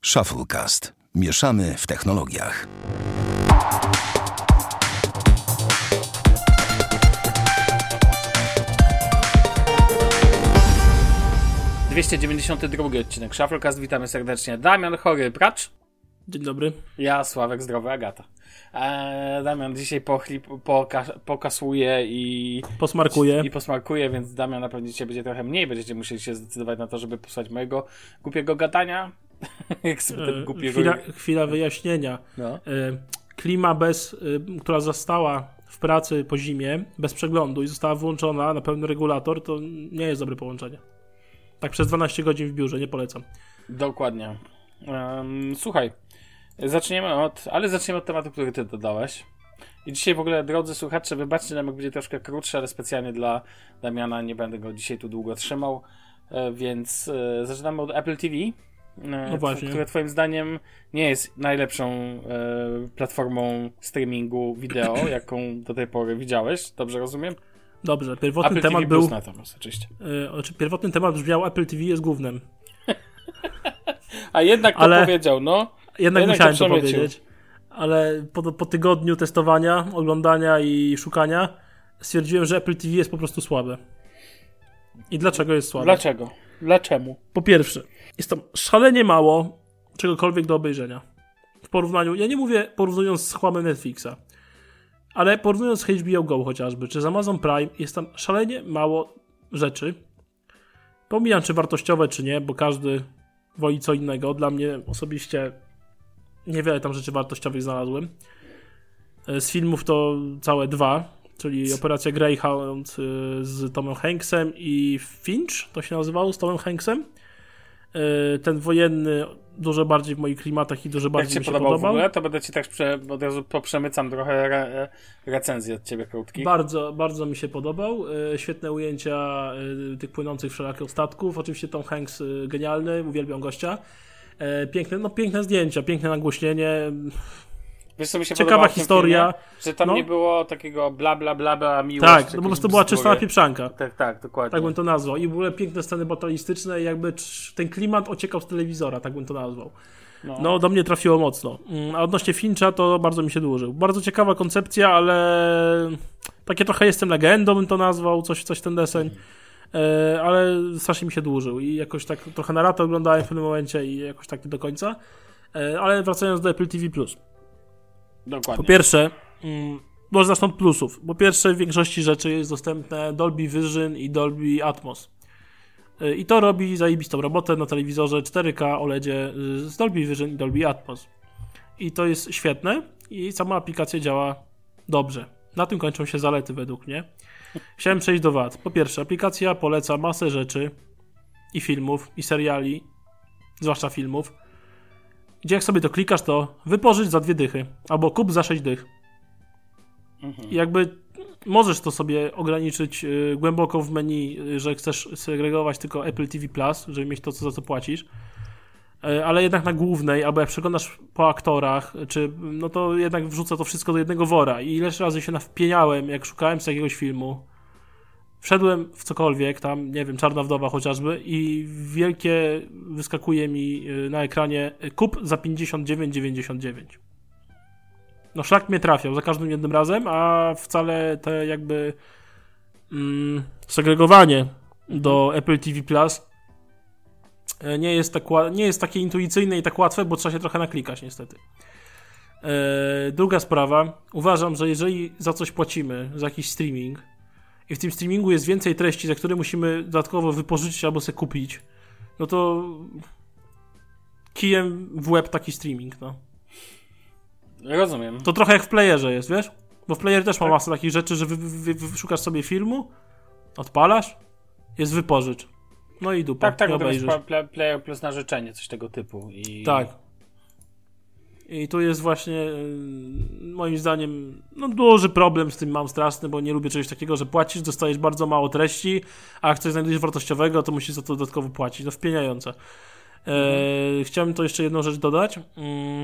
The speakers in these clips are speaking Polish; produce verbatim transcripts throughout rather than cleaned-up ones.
Shufflecast. Mieszamy w technologiach. dwieście dziewięćdziesiąty drugi odcinek Shufflecast. Witamy serdecznie. Damian Chory Pracz. Dzień dobry. Ja, Sławek Zdrowy Agata. Eee, Damian dzisiaj pochlip, poka- pokasuje i posmarkuje. I posmarkuje, więc Damian na pewno dzisiaj będzie trochę mniej. Będziecie musieli się zdecydować na to, żeby posłuchać mojego głupiego gadania. Jak sobie ten głupiego... Chwila, chwila wyjaśnienia. No. Klima, bez, która została w pracy po zimie, bez przeglądu i została włączona na pełny regulator, to nie jest dobre połączenie. Tak przez dwanaście godzin w biurze, nie polecam. Dokładnie. Um, słuchaj, zaczniemy od, ale zaczniemy od tematu, który ty dodałeś. I dzisiaj w ogóle, drodzy słuchacze, wybaczcie nam, jak będzie troszkę krótszy, ale specjalnie dla Damiana nie będę go dzisiaj tu długo trzymał, więc e, zaczynamy od Apple T V, e, no właśnie. które twoim zdaniem nie jest najlepszą e, platformą streamingu wideo, jaką do tej pory widziałeś, dobrze rozumiem? Dobrze, pierwotny Apple temat T V był... natomiast, oczywiście. Yy, pierwotny temat brzmiał Apple T V jest gównem. A jednak to ale powiedział, no. Jednak, jednak musiałem to, to powiedzieć. Ale po, po tygodniu testowania, oglądania i szukania stwierdziłem, że Apple T V jest po prostu słabe. I dlaczego jest słabe? Dlaczego? Dlaczego? Po pierwsze, jest tam szalenie mało czegokolwiek do obejrzenia. W porównaniu, ja nie mówię porównując z chłamem Netflixa, ale porównując z H B O Go chociażby, czy z Amazon Prime, jest tam szalenie mało rzeczy. Pomijam, czy wartościowe, czy nie, bo każdy woli co innego. Dla mnie osobiście niewiele tam rzeczy wartościowych znalazłem. Z filmów to całe dwa, czyli Operacja Greyhound z Tomem Hanksem i Finch, to się nazywało, z Tomem Hanksem. Ten wojenny dużo bardziej w moich klimatach i dużo bardziej mi się podobał. podobał w ogóle, to będę ci tak prze, od razu poprzemycam trochę re, recenzji od ciebie krótkich. Bardzo, bardzo mi się podobał. Świetne ujęcia tych płynących wszelakich statków. Oczywiście Tom Hanks genialny, uwielbiam gościa. Piękne, no piękne zdjęcia, piękne nagłośnienie. Wiesz, co mi się ciekawa historia. Filmie? Że tam no. nie było takiego bla bla bla bla miłość. Tak, no po prostu była czysta pieprzanka. Tak, tak, dokładnie. Tak bym to nazwał. I w ogóle piękne sceny batalistyczne i jakby ten klimat ociekał z telewizora, tak bym to nazwał. No, no do mnie trafiło mocno. A odnośnie Fincha to bardzo mi się dłużył. Bardzo ciekawa koncepcja, ale takie trochę jestem legendą bym to nazwał, coś, coś ten deseń. E, ale strasznie mi się dłużył i jakoś tak trochę na rato oglądałem w pewnym momencie i jakoś tak nie do końca. E, ale wracając do Apple T V plus. Dokładnie. Po pierwsze, mm, może zacznę od plusów. Po pierwsze, w większości rzeczy jest dostępne Dolby Vision i Dolby Atmos. Yy, I to robi zajebistą robotę na telewizorze cztery K O L E D zie yy, z Dolby Vision i Dolby Atmos. I to jest świetne i sama aplikacja działa dobrze. Na tym kończą się zalety według mnie. Chciałem przejść do wad. Po pierwsze, aplikacja poleca masę rzeczy i filmów, i seriali, zwłaszcza filmów, gdzie jak sobie to klikasz, to wypożycz za dwie dychy, albo kup za sześć dych. Mhm. I jakby możesz to sobie ograniczyć y, głęboko w menu, y, że chcesz segregować tylko Apple T V plus, żeby mieć to, co za co płacisz, y, ale jednak na głównej, albo jak przeglądasz po aktorach, czy, no to jednak wrzuca to wszystko do jednego wora. I ileś razy się nawpieniałem, jak szukałem z jakiegoś filmu, wszedłem w cokolwiek, tam, nie wiem, Czarna Wdowa chociażby i wielkie wyskakuje mi na ekranie kup za pięćdziesiąt dziewięć dziewięćdziesiąt dziewięć. No szlak mnie trafiał za każdym jednym razem, a wcale te jakby mm, segregowanie do Apple T V plus nie jest, tak, nie jest takie intuicyjne i tak łatwe, bo trzeba się trochę naklikać niestety. Eee, druga sprawa, uważam, że jeżeli za coś płacimy, za jakiś streaming, i w tym streamingu jest więcej treści, za które musimy dodatkowo wypożyczyć albo sobie kupić, no to kijem w łeb taki streaming, no. Rozumiem. To trochę jak w playerze jest, wiesz? Bo w playerze też ma tak. masę takich rzeczy, że wy, wy, wy, szukasz sobie filmu, odpalasz, jest wypożycz. No i dupa. Tak, tak, bo to jest player plus na życzenie, coś tego typu. I... Tak. I tu jest właśnie moim zdaniem no, duży problem z tym mam straszny, bo nie lubię czegoś takiego, że płacisz, dostajesz bardzo mało treści, a jak coś znajdujesz wartościowego, to musisz za to dodatkowo płacić. No wpieniające. Mhm. E, chciałbym to jeszcze jedną rzecz dodać. Mm,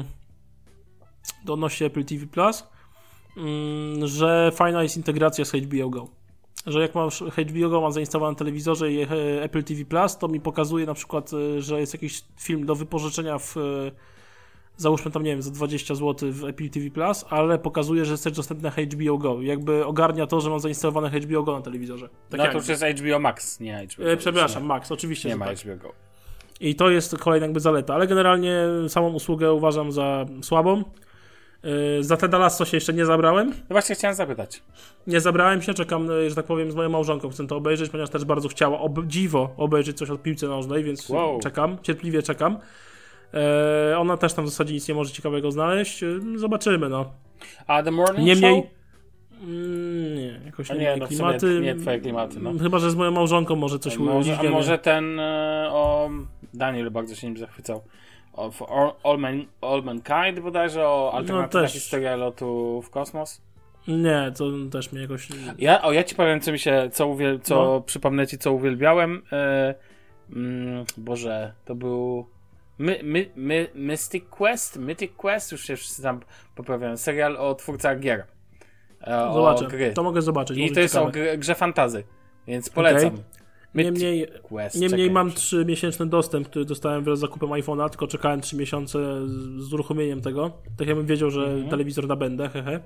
odnośnie Apple T V plus, mm, że fajna jest integracja z H B O Go. że jak masz H B O Go mam zainstalowane na telewizorze i Apple T V Plus, to mi pokazuje na przykład, że jest jakiś film do wypożyczenia w załóżmy tam, nie wiem, za dwadzieścia złotych w Apple T V Plus, ale pokazuje, że jest też dostępne H B O Go. Jakby ogarnia to, że mam zainstalowane H B O Go na telewizorze. Tak no to już jest H B O Max, nie H B O Go. E, przepraszam, Max, oczywiście. Nie ma tak. H B O Go. I to jest kolejna jakby zaleta, ale generalnie samą usługę uważam za słabą. Yy, za Ted Lasso się jeszcze nie zabrałem. No właśnie chciałem zapytać. Nie zabrałem się, czekam, że tak powiem, z moją małżonką. Chcę to obejrzeć, ponieważ też bardzo chciała ob- dziwo obejrzeć coś o piłce nożnej, więc wow. czekam, cierpliwie czekam. Yy, ona też tam w zasadzie nic nie może ciekawego znaleźć. Yy, zobaczymy, no. A The Morning Niemniej, Show? Mm, nie, jakoś nie, nie, no klimaty. Nie twoje klimaty, no. Chyba, że z moją małżonką może coś może, A może ten e, o... Daniel bardzo się nim zachwycał. O, All, All, Man, All Mankind bodajże, o alternatywnej no historii lotu w kosmos? Nie, to też mnie jakoś... Ja, o, ja ci powiem, co mi się, co, uwiel... co no. przypomnę ci, co uwielbiałem. E, mm, Boże, to był... My, my, my, Mystic Quest? Mythic Quest? Już się wszyscy tam poprawiają. Serial o twórcach gier. E, Zobaczę, o gry. To mogę zobaczyć. I to jest ciekawe. o grze, grze fantazy, więc polecam. Okay. Niemniej, Quest, niemniej mam trzymiesięczny dostęp, który dostałem wraz z zakupem iPhone'a, tylko czekałem trzy miesiące z, z uruchomieniem tego. Tak jakbym wiedział, że mm-hmm. telewizor nabędę, hehe.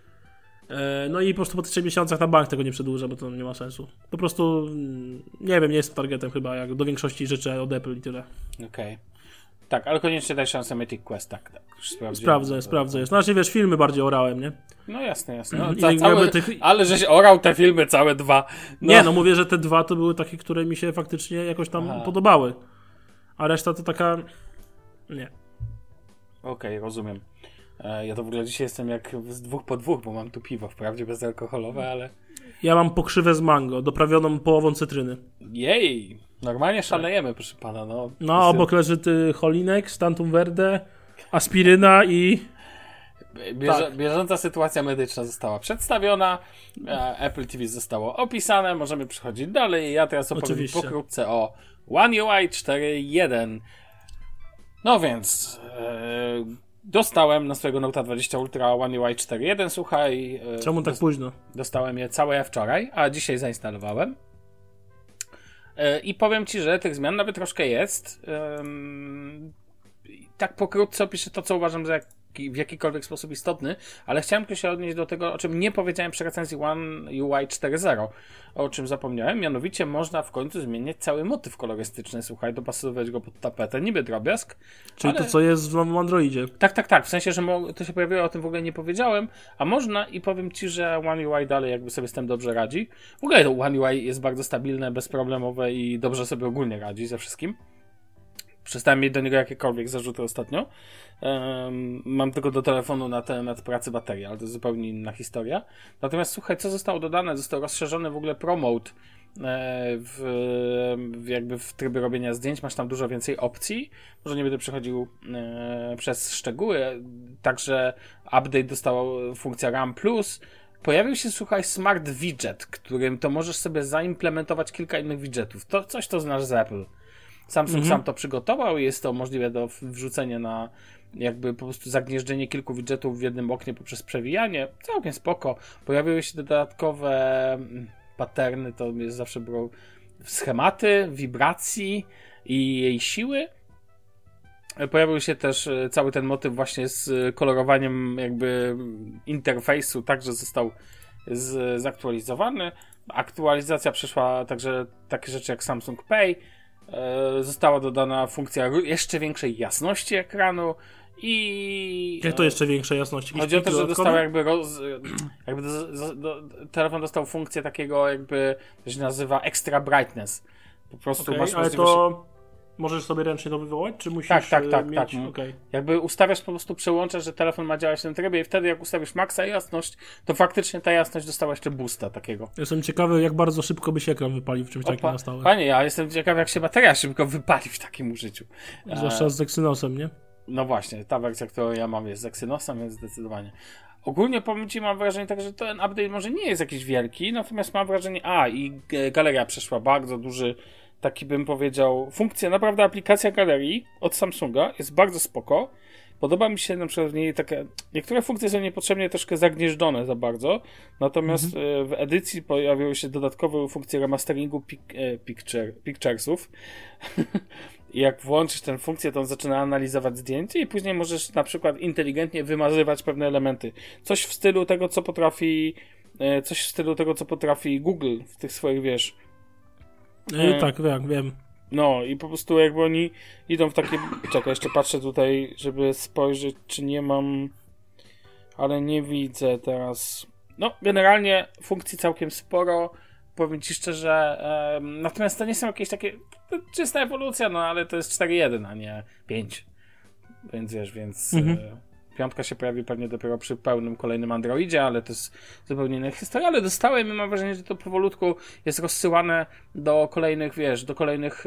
E, no i po prostu po tych trzech miesiącach na bank tego nie przedłużę, bo to nie ma sensu. Po prostu, nie wiem, nie jestem targetem chyba, jak do większości rzeczy od Apple i tyle. Okej. Okay. Tak, ale koniecznie daj szansę Mythic Quest, tak, tak. Sprawdzę, to, sprawdzę. Znaczy, wiesz, filmy bardziej orałem, nie? No jasne, jasne. No, ca- całe, tych... Ale żeś orał te filmy, całe dwa. No. Nie, no mówię, że te dwa to były takie, które mi się faktycznie jakoś tam Aha. podobały. A reszta to taka... Nie. Okej, okay, rozumiem. E, ja to w ogóle dzisiaj jestem jak z dwóch po dwóch, bo mam tu piwo, wprawdzie bezalkoholowe, ale... Ja mam pokrzywę z mango, doprawioną połową cytryny. Jej! Normalnie szalejemy, proszę pana, no. No, Jestem... obok leży ty Holinek, Stantum Verde, aspiryna i... Bierze, tak. Bieżąca sytuacja medyczna została przedstawiona, Apple T V zostało opisane, możemy przechodzić dalej. Ja teraz opowiem Oczywiście. pokrótce o One U I cztery jeden. No więc e, dostałem na swojego Note dwadzieścia Ultra One U I cztery jeden, słuchaj. E, Czemu tak dos- późno? Dostałem je całe wczoraj, a dzisiaj zainstalowałem. E, I powiem ci, że tych zmian nawet troszkę jest. E, tak pokrótce opiszę to, co uważam za w jakikolwiek sposób istotny, ale chciałem tylko się odnieść do tego, o czym nie powiedziałem przy recenzji One U I cztery zero, o czym zapomniałem, mianowicie można w końcu zmieniać cały motyw kolorystyczny, słuchaj, dopasowywać go pod tapetę, niby drobiazg. Czyli ale... to, co jest w nowym Androidzie. Tak, tak, tak, w sensie, że mo- to się pojawiło, o tym w ogóle nie powiedziałem, a można i powiem ci, że One U I dalej jakby sobie z tym dobrze radzi. W ogóle to One U I jest bardzo stabilne, bezproblemowe i dobrze sobie ogólnie radzi ze wszystkim. Przestałem mieć do niego jakiekolwiek zarzuty ostatnio. Um, mam tylko do telefonu na temat pracy baterii, ale to jest zupełnie inna historia. Natomiast słuchaj, co zostało dodane? Został rozszerzony w ogóle ProMode w, w jakby w trybie robienia zdjęć. Masz tam dużo więcej opcji. Może nie będę przechodził e, przez szczegóły. Także update dostał funkcja RAM plus. Pojawił się, słuchaj, Smart Widget, którym to możesz sobie zaimplementować kilka innych widgetów. To coś to znasz z Apple. Samsung mhm. sam to przygotował i jest to możliwe do wrzucenia na jakby po prostu zagnieżdżenie kilku widgetów w jednym oknie poprzez przewijanie. Całkiem spoko. Pojawiły się dodatkowe patterny, to jest zawsze było schematy, wibracji i jej siły. Pojawił się też cały ten motyw właśnie z kolorowaniem jakby interfejsu, także został z, zaktualizowany. Aktualizacja przeszła także takie rzeczy jak Samsung Pay. Została dodana funkcja jeszcze większej jasności ekranu i... Jak to jeszcze większej jasności? Chodzi o to, że dostał jakby, roz, jakby do, do, do, telefon dostał funkcję takiego jakby, to się nazywa Extra Brightness. Po prostu okay, masz ale możliwość... to możesz sobie ręcznie to wywołać, czy musisz tak, tak, tak, mieć... tak. Okay. Jakby ustawiasz po prostu, przełączasz, że telefon ma działać w tym trybie i wtedy jak ustawisz maksa jasność, to faktycznie ta jasność dostała jeszcze boosta takiego. Jestem ciekawy, jak bardzo szybko by się ekran wypalił w czymś Opa, takim na stałe. Panie, ja jestem ciekawy, jak się bateria szybko wypali w takim użyciu. Zwłaszcza z Exynosem, nie? No właśnie, ta wersja, którą ja mam, jest z Exynosem, więc zdecydowanie. Ogólnie powiem ci, mam wrażenie tak, że ten update może nie jest jakiś wielki, natomiast mam wrażenie, a i galeria przeszła bardzo duży taki bym powiedział, funkcja, naprawdę aplikacja galerii od Samsunga jest bardzo spoko. Podoba mi się na przykład w niej takie, niektóre funkcje są niepotrzebnie troszkę zagnieżdżone za bardzo, natomiast mhm. w edycji pojawiły się dodatkowe funkcje remasteringu pic- picture, picturesów. I jak włączysz tę funkcję, to on zaczyna analizować zdjęcie i później możesz na przykład inteligentnie wymazywać pewne elementy. Coś w stylu tego, co potrafi coś w stylu tego, co potrafi Google w tych swoich, wiesz... E, tak, wiem, wiem. No i po prostu jakby oni idą w takie... Czekaj, jeszcze patrzę tutaj, żeby spojrzeć, czy nie mam... Ale nie widzę teraz... No, generalnie funkcji całkiem sporo. Powiem ci szczerze, e, natomiast to nie są jakieś takie... To czysta ewolucja, no ale to jest cztery jeden, a nie pięć. Więc wiesz, więc... Mhm. E, Piątka się pojawi pewnie dopiero przy pełnym kolejnym Androidzie, ale to jest zupełnie inna historia, ale dostałem i mam wrażenie, że to powolutku jest rozsyłane do kolejnych, wiesz, do kolejnych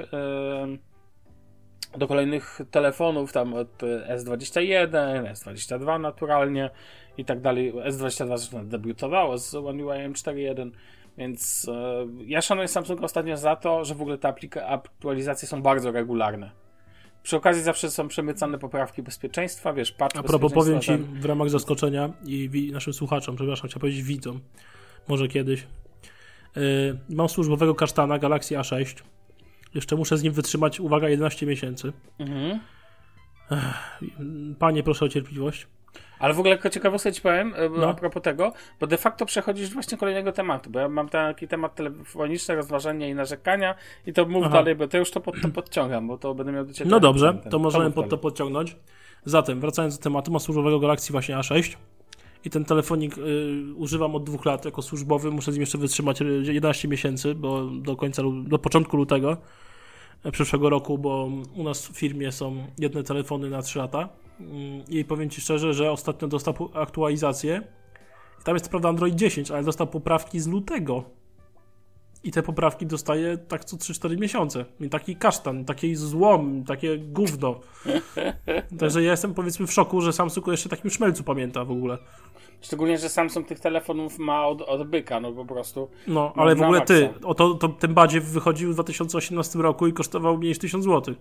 yy, do kolejnych telefonów, tam od S dwadzieścia jeden, S dwadzieścia dwa naturalnie i tak dalej. S dwadzieścia dwa zresztą debiutowało z One U I M cztery jeden, więc yy, ja szanuję Samsunga ostatnio za to, że w ogóle te aplika- aktualizacje są bardzo regularne. Przy okazji zawsze są przemycane poprawki bezpieczeństwa, wiesz, patch A propos, powiem ci ten... w ramach zaskoczenia i wi- naszym słuchaczom, przepraszam, chciałem powiedzieć widzom, może kiedyś. Yy, mam służbowego kasztana Galaxy A sześć. Jeszcze muszę z nim wytrzymać, uwaga, jedenaście miesięcy. Mhm. Ech, panie, proszę o cierpliwość. Ale w ogóle jako ciekawostkę ci powiem, no. a propos tego, bo de facto przechodzisz właśnie kolejnego tematu, bo ja mam taki temat telefoniczny, rozważania i narzekania i to mów Aha. dalej, bo to już to, pod, to podciągam, bo to będę miał do ciebie... No dobrze, ten, ten, to możemy pod to dalej. podciągnąć. Zatem, wracając do tematu, mam służbowego Galaxy właśnie A sześć i ten telefonik y, używam od dwóch lat jako służbowy, muszę z nim jeszcze wytrzymać jedenaście miesięcy, bo do końca, do początku lutego przyszłego roku, bo u nas w firmie są jedne telefony na trzy lata i powiem ci szczerze, że ostatnio dostał aktualizację. Tam jest prawda Android dziesięć, ale dostał poprawki z lutego i te poprawki dostaje tak co trzy cztery miesiące. I taki kasztan, taki złom, takie gówno. Także ja jestem powiedzmy w szoku, że Samsung jeszcze takim szmelcu pamięta w ogóle. Szczególnie, że Samsung tych telefonów ma od, od byka, no po prostu. No, ale w ogóle ty, o to, to ten badziew wychodził w dwa tysiące osiemnastym roku i kosztował mniej niż tysiąc złotych.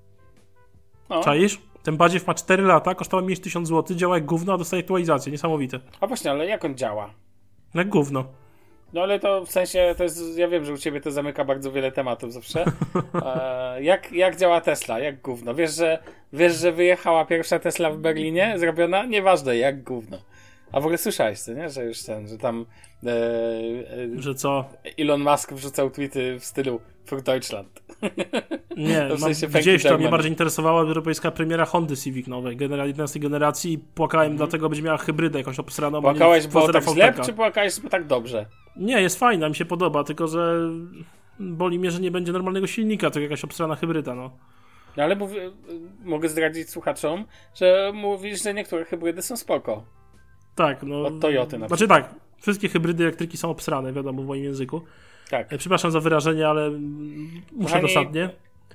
No. Czaisz? Ten badziew ma cztery lata, kosztował mniej niż tysiąc złotych, działa jak gówno, a dostaje aktualizację. Niesamowite. A właśnie, ale jak on działa? Jak gówno. No ale to w sensie, to jest, ja wiem, że u ciebie to zamyka bardzo wiele tematów zawsze. E, jak, jak działa Tesla? Jak gówno? Wiesz, że wiesz, że wyjechała pierwsza Tesla w Berlinie? Zrobiona? Nieważne, jak gówno. A w ogóle słyszałeś to, nie? Że już ten, że tam e, e, że co? Elon Musk wrzucał tweety w stylu für Deutschland. Nie, w sensie mam, gdzieś to mnie bardziej interesowała europejska premiera Hondy Civic nowej, genera- jedenastej generacji i płakałem mm. dlatego, będzie miała hybrydę jakąś obsraną. Płakałeś, bo tak źle, czy płakałeś, bo tak dobrze? Nie, jest fajna, mi się podoba, tylko że boli mnie, że nie będzie normalnego silnika, to jakaś obsrana hybryda, no. No ale mówię, mogę zdradzić słuchaczom, że mówisz, że niektóre hybrydy są spoko. Tak, no. Od Toyoty na przykład. Znaczy tak, wszystkie hybrydy elektryki są obsrane, wiadomo, w moim języku. Tak. Przepraszam za wyrażenie, ale muszę Kochani, dosadnie.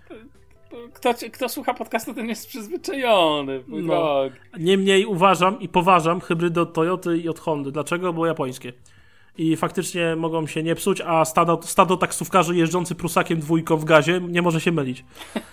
Kto, kto słucha podcastu, ten jest przyzwyczajony. No. Niemniej uważam i poważam hybrydy od Toyoty i od Hondy. Dlaczego? Bo japońskie. I faktycznie mogą się nie psuć, a stado, stado taksówkarzy jeżdżący prusakiem dwójką w gazie nie może się mylić.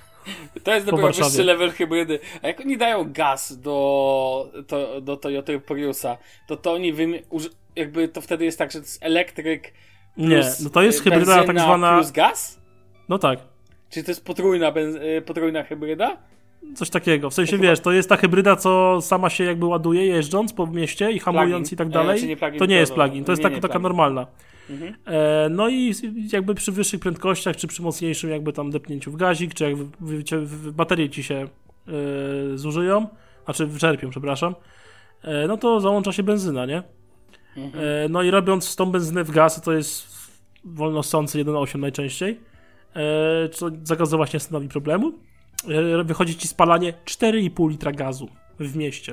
To jest dopiero wyższy level hybrydy. A jak oni dają gaz do, to, do Toyota Priusa, to to oni wymi- jakby to wtedy jest tak, że to jest elektryk plus nie, no to jest hybryda tak zwana plus gaz? No tak. Czyli to jest potrójna, benz- potrójna hybryda? Coś takiego. W sensie, to wiesz, chyba... to jest ta hybryda, co sama się jakby ładuje jeżdżąc po mieście i hamując plugin. I tak dalej. E, znaczy to nie jest plugin, to jest nie, tak, nie taka plugin. Normalna. Mhm. E, no i jakby przy wyższych prędkościach, czy przy mocniejszym jakby tam depnięciu w gazik, czy jak w, w, w baterie ci się e, zużyją, znaczy wyczerpią, przepraszam, e, no to załącza się benzyna, nie? Mhm. E, no i robiąc tą benzynę w gaz, to jest wolno ssący jeden przecinek osiem najczęściej, e, co zagazować nie stanowi problemu. Wychodzi ci spalanie cztery i pół litra gazu w mieście.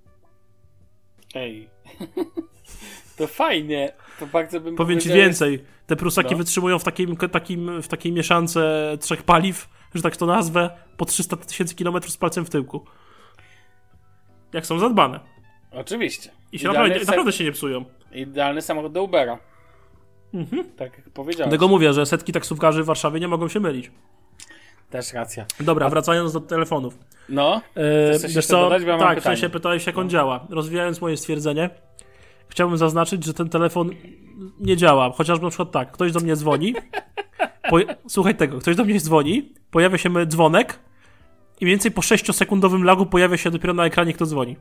Ej. To fajnie. To bardzo bym Powiem ci więcej. Te prusaki no. wytrzymują w, takim, takim, w takiej mieszance trzech paliw, że tak to nazwę, po trzysta tysięcy kilometrów z palcem w tyłku. Jak są zadbane. Oczywiście. I się naprawdę, sam... naprawdę się nie psują. Idealny samochód do Ubera. Mhm. Tak jak powiedziałeś. Dlatego mówię, że setki taksówkarzy w Warszawie nie mogą się mylić. Też racja. Dobra, A... wracając do telefonów. No, e, chcesz wiesz co? Dodać, bo ja mam tak, pytanie. w sensie pytałeś, jak on no. działa. Rozwijając moje stwierdzenie, chciałbym zaznaczyć, że ten telefon nie działa. Chociażby na przykład tak, ktoś do mnie dzwoni, poja- słuchaj tego, ktoś do mnie dzwoni, pojawia się dzwonek i mniej więcej po sześciosekundowym lagu pojawia się dopiero na ekranie, kto dzwoni.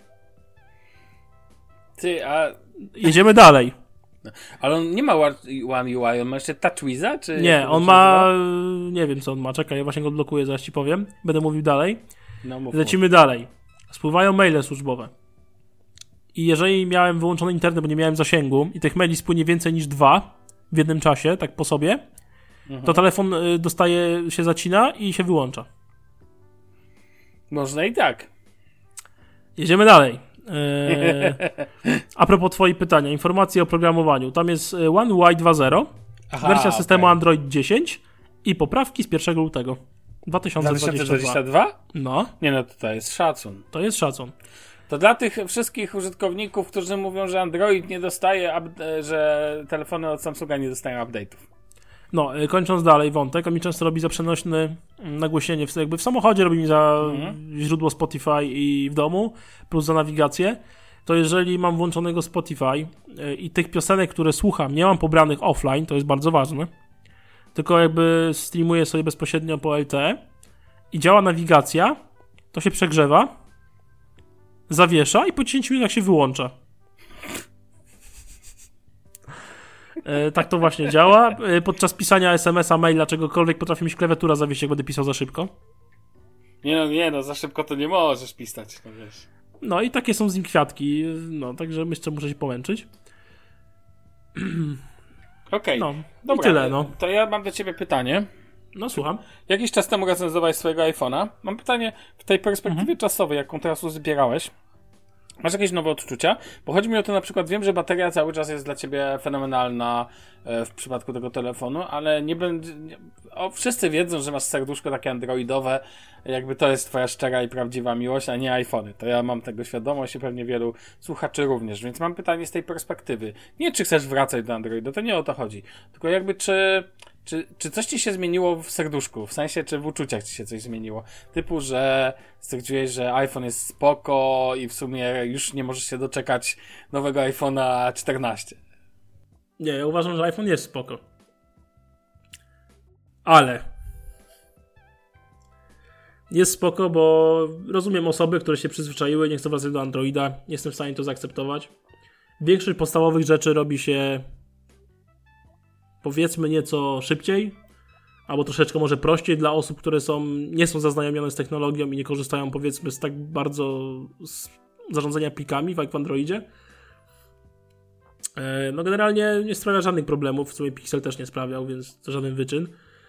Ty, a... Jedziemy dalej. Ale on nie ma One U I, on ma jeszcze TouchWiza? Czy nie, on ma... Nie wiem, co on ma. Czekaj, ja właśnie go odblokuję, zaraz ci powiem. Będę mówił dalej. No, mów, Lecimy mów. dalej. Spływają maile służbowe. I jeżeli miałem wyłączony internet, bo nie miałem zasięgu i tych maili spłynie więcej niż dwa w jednym czasie, tak po sobie, mhm. to telefon dostaje, się zacina i się wyłącza. Można i tak. Jedziemy dalej. Eee, a propos twojej pytania, informacje o programowaniu. Tam jest One U I dwa zero, Aha, wersja systemu okay. Android dziesięć i poprawki z pierwszego lutego dwa tysiące dwudziestego drugiego. No. Nie no, to jest szacun. To jest szacun. To dla tych wszystkich użytkowników, którzy mówią, że Android nie dostaje, że telefony od Samsunga nie dostają update'ów. No, kończąc dalej wątek, on mi często robi za przenośne nagłośnienie. Jakby w samochodzie robi mi za mhm. źródło Spotify i w domu, plus za nawigację. To jeżeli mam włączonego Spotify i tych piosenek, które słucham, nie mam pobranych offline, to jest bardzo ważne, tylko jakby streamuję sobie bezpośrednio po L T E i działa nawigacja, to się przegrzewa, zawiesza i po dziesięciu minutach się wyłącza. E, tak to właśnie działa. E, podczas pisania es em es a, maila, czegokolwiek potrafi mi się klawiatura zawiesić, jak będę pisał za szybko. Nie no, nie no, za szybko to nie możesz pisać, no wiesz. No i takie są z nim kwiatki, no także myślę, że muszę się pomęczyć. Okej, okay. No, dobra, i tyle, no. To ja mam do ciebie pytanie. No, słucham. Jakiś czas temu recenzowałeś swojego iPhone'a. Mam pytanie w tej perspektywie mhm. czasowej, jaką teraz uzbierałeś. Masz jakieś nowe odczucia? Bo chodzi mi o to, na przykład wiem, że bateria cały czas jest dla ciebie fenomenalna w przypadku tego telefonu, ale nie będzie... O, wszyscy wiedzą, że masz serduszko takie androidowe, jakby to jest twoja szczera i prawdziwa miłość, a nie iPhony. To ja mam tego świadomość i pewnie wielu słuchaczy również, więc mam pytanie z tej perspektywy. Nie czy chcesz wracać do Androida, to nie o to chodzi. Tylko jakby czy... Czy, czy coś ci się zmieniło w serduszku? W sensie, czy w uczuciach ci się coś zmieniło? Typu, że stwierdziłeś, że iPhone jest spoko i w sumie już nie możesz się doczekać nowego iPhone'a czternaście. Nie, ja uważam, że iPhone jest spoko. Ale jest spoko, bo rozumiem osoby, które się przyzwyczaiły, nie chcą wracać do Androida. Nie jestem w stanie to zaakceptować. Większość podstawowych rzeczy robi się, powiedzmy, nieco szybciej, albo troszeczkę może prościej dla osób, które są, nie są zaznajomione z technologią i nie korzystają, powiedzmy, z tak bardzo z zarządzania plikami jak w Androidzie. No generalnie nie sprawia żadnych problemów, w sumie Pixel też nie sprawiał, więc to żaden wyczyn.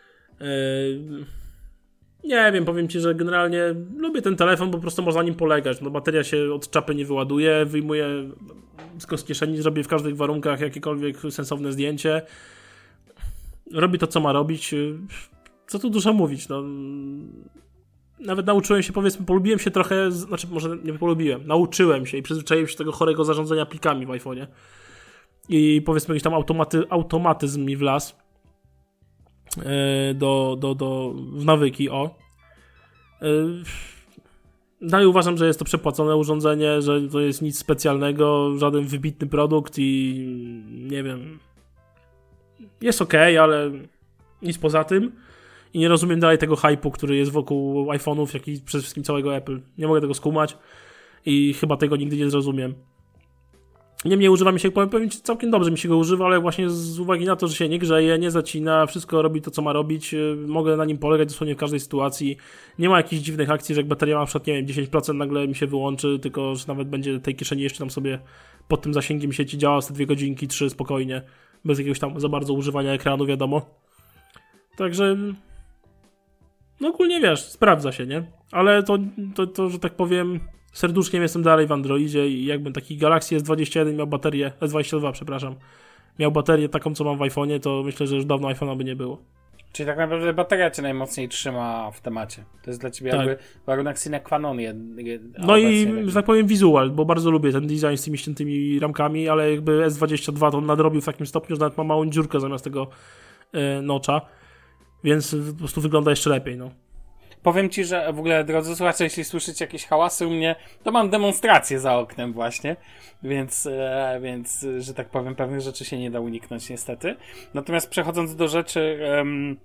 Nie wiem, powiem ci, że generalnie lubię ten telefon, bo po prostu można nim polegać. No, bateria się od czapy nie wyładuje, wyjmuję z kieszeni, zrobię w każdych warunkach jakiekolwiek sensowne zdjęcie. Robi to, co ma robić. Co tu dużo mówić, no. Nawet nauczyłem się, powiedzmy, polubiłem się trochę, znaczy może nie polubiłem, nauczyłem się i przyzwyczaiłem się do tego chorego zarządzania plikami w iPhone'ie. I powiedzmy jakiś tam automaty, automatyzm mi wlazł yy, do, do, do, w nawyki, o. Yy, dalej uważam, że jest to przepłacone urządzenie, że to jest nic specjalnego, żaden wybitny produkt i nie wiem, jest okej, okay, ale nic poza tym. I nie rozumiem dalej tego hype'u, który jest wokół iPhone'ów, jak i przede wszystkim całego Apple. Nie mogę tego skumać i chyba tego nigdy nie zrozumiem. Niemniej używa mi się, powiem ci, całkiem dobrze mi się go używa, ale właśnie z uwagi na to, że się nie grzeje, nie zacina, wszystko robi to, co ma robić, mogę na nim polegać dosłownie w każdej sytuacji. Nie ma jakichś dziwnych akcji, że jak bateria ma na przykład, nie wiem, dziesięć procent nagle mi się wyłączy, tylko że nawet będzie tej kieszeni jeszcze tam sobie pod tym zasięgiem sieci działa z te dwie godzinki, trzy spokojnie, bez jakiegoś tam za bardzo używania ekranu, wiadomo. Także no ogólnie wiesz, sprawdza się, nie? Ale to, to, to, że tak powiem, serduszkiem jestem dalej w Androidzie i jakbym taki Galaxy S dwadzieścia jeden miał baterię, S dwadzieścia dwa, przepraszam, miał baterię taką, co mam w iPhone'ie, to myślę, że już dawno iPhone'a by nie było. Czyli tak naprawdę bateria cię najmocniej trzyma w temacie. To jest dla ciebie Tak. jakby warunek sine qua non. Jed, jed, No i, że tak powiem, wizual, bo bardzo lubię ten design z tymi ściętymi ramkami, ale jakby S dwadzieścia dwa to nadrobił w takim stopniu, że nawet ma małą dziurkę zamiast tego e, notcha, więc po prostu wygląda jeszcze lepiej, no. Powiem ci, że w ogóle, drodzy słuchacze, jeśli słyszycie jakieś hałasy u mnie, to mam demonstrację za oknem właśnie, więc, e, więc że tak powiem, pewnych rzeczy się nie da uniknąć niestety. Natomiast przechodząc do rzeczy, em,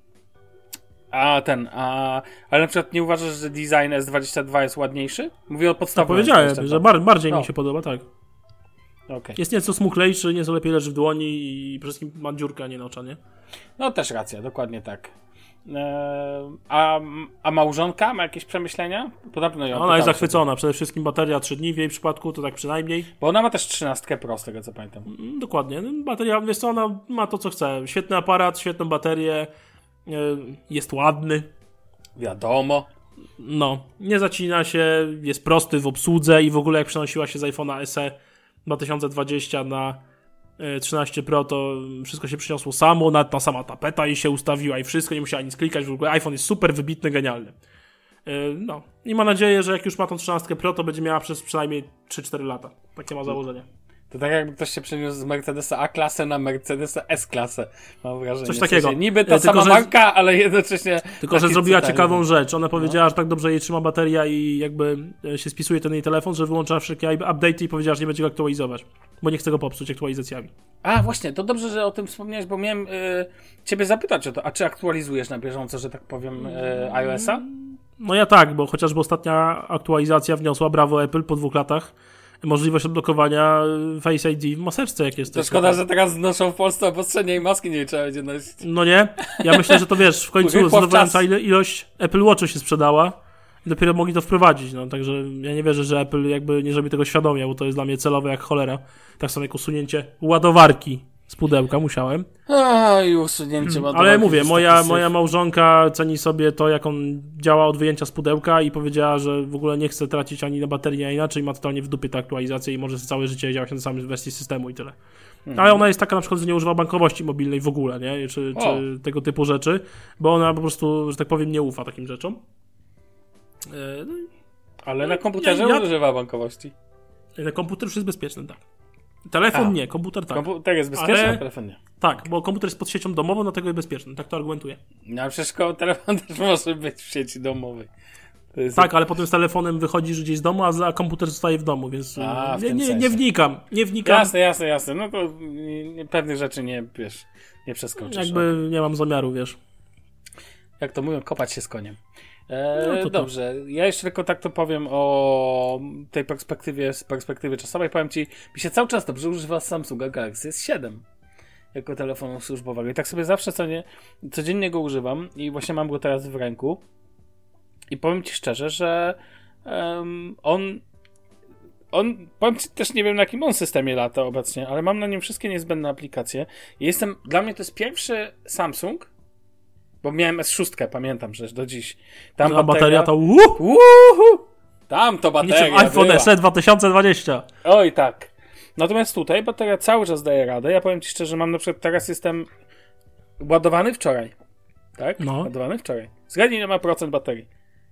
a ten, a, ale na przykład nie uważasz, że design S dwadzieścia dwa jest ładniejszy? Mówię o Tak podstawowym. powiedziałem, S dwadzieścia dwa. że bar- bardziej No. mi się podoba, tak. Okay. Jest nieco smuklejszy, nieco lepiej leży w dłoni i przede wszystkim ma dziurkę, a nie nocza, nie? No też racja, dokładnie tak. Eee, a, a małżonka ma jakieś przemyślenia? Bo na pewno ją Ona pytałem jest się. zachwycona, przede wszystkim bateria trzy dni w jej przypadku, to tak przynajmniej. Bo ona ma też trzynastkę Pro, z tego co pamiętam. Mm, Dokładnie, no, bateria, wiesz co, ona ma to co chce. Świetny aparat, świetną baterię, yy, jest ładny. Wiadomo. No, nie zacina się, jest prosty w obsłudze i w ogóle jak przenosiła się z iPhone'a S E dwa tysiące dwadzieścia na y, trzynaście Pro, to wszystko się przyniosło samo, nawet ta sama tapeta i się ustawiła i wszystko, nie musiała nic klikać, w ogóle iPhone jest super wybitny, genialny. Y, no, i mam nadzieję, że jak już ma tą trzynastkę Pro, to będzie miała przez przynajmniej trzy cztery lata. Takie ma założenie. To tak jakby ktoś się przeniósł z Mercedesa A-klasę na Mercedesa S-klasę, mam wrażenie. Coś W sensie, takiego. niby ta E, tylko, sama że- marka, ale jednocześnie... Tylko, że taki zrobiła totalny. ciekawą rzecz. Ona powiedziała, że tak dobrze jej trzyma bateria i jakby e, się spisuje ten jej telefon, że wyłącza wszelkie update'y i powiedziała, że nie będzie go aktualizować, bo nie chce go popsuć aktualizacjami. A, właśnie, to dobrze, że o tym wspomniałeś, bo miałem y, ciebie zapytać o to, a czy aktualizujesz na bieżąco, że tak powiem, y, iOS-a? No ja tak, bo chociażby ostatnia aktualizacja wniosła, brawo Apple, po dwóch latach możliwość odblokowania Face I D w maseczce, jak jest. To szkoda, że teraz znoszą w Polsce obostrzenia i maski nie trzeba będzie nosić. No nie? Ja myślę, że to wiesz, w końcu Rychło w zadowalająca czas. ile- ilość Apple Watchu się sprzedała i dopiero mogli to wprowadzić, no także ja nie wierzę, że Apple jakby nie zrobi tego świadomie, bo to jest dla mnie celowe jak cholera. Tak samo jak usunięcie ładowarki z pudełka musiałem. A, i usunięcie ładowarki. Ale mówię, jest moja, taki moja syf. małżonka ceni sobie to, jak on działa od wyjęcia z pudełka i powiedziała, że w ogóle nie chce tracić ani na baterię, ani inaczej, ma totalnie w dupie tę aktualizację i może całe życie działać na tej samej wersji systemu i tyle. Ale ona jest taka na przykład, że nie używa bankowości mobilnej w ogóle, nie? Czy, czy tego typu rzeczy, bo ona po prostu, że tak powiem, nie ufa takim rzeczom. E, No Ale na komputerze Ja- ja- używa bankowości. i na komputer już jest bezpieczny, tak. Telefon A. nie, komputer tak. Komputer jest bezpieczny, Ale- a telefon nie. Tak, bo komputer jest pod siecią domową, dlatego jest bezpieczny, tak to argumentuję. No, ale przecież ko- telefon też może być w sieci domowej. To jest... Tak, ale potem z telefonem wychodzisz gdzieś z domu, a za komputer zostaje w domu, więc A, w nie, tym nie, nie sensie. wnikam, nie wnikam. Jasne, jasne, jasne. No to nie, nie, pewnych rzeczy nie, wiesz, nie przeskoczysz. No. Jakby nie mam zamiaru, wiesz. Jak to mówią, kopać się z koniem. E, No to to. dobrze, ja jeszcze tylko tak to powiem o tej perspektywie, z perspektywy czasowej. Powiem ci, mi się cały czas dobrze używa Samsunga Galaxy S siedem jako telefonu służbowego. I tak sobie zawsze co nie, codziennie go używam i właśnie mam go teraz w ręku. I powiem ci szczerze, że um, on on, powiem ci też nie wiem na jakim on systemie lata obecnie, ale mam na nim wszystkie niezbędne aplikacje. I jestem, dla mnie to jest pierwszy Samsung, bo miałem S sześć, pamiętam, że do dziś. Tam A bateria to uh, Uhu! Tam to bateria niczym iPhone była. S E dwa tysiące dwadzieścia. Oj tak. Natomiast tutaj bateria cały czas daje radę. Ja powiem ci szczerze, mam na przykład teraz jestem ładowany wczoraj. Tak? No. Ładowany wczoraj. Zgadnij, ile ma procent baterii.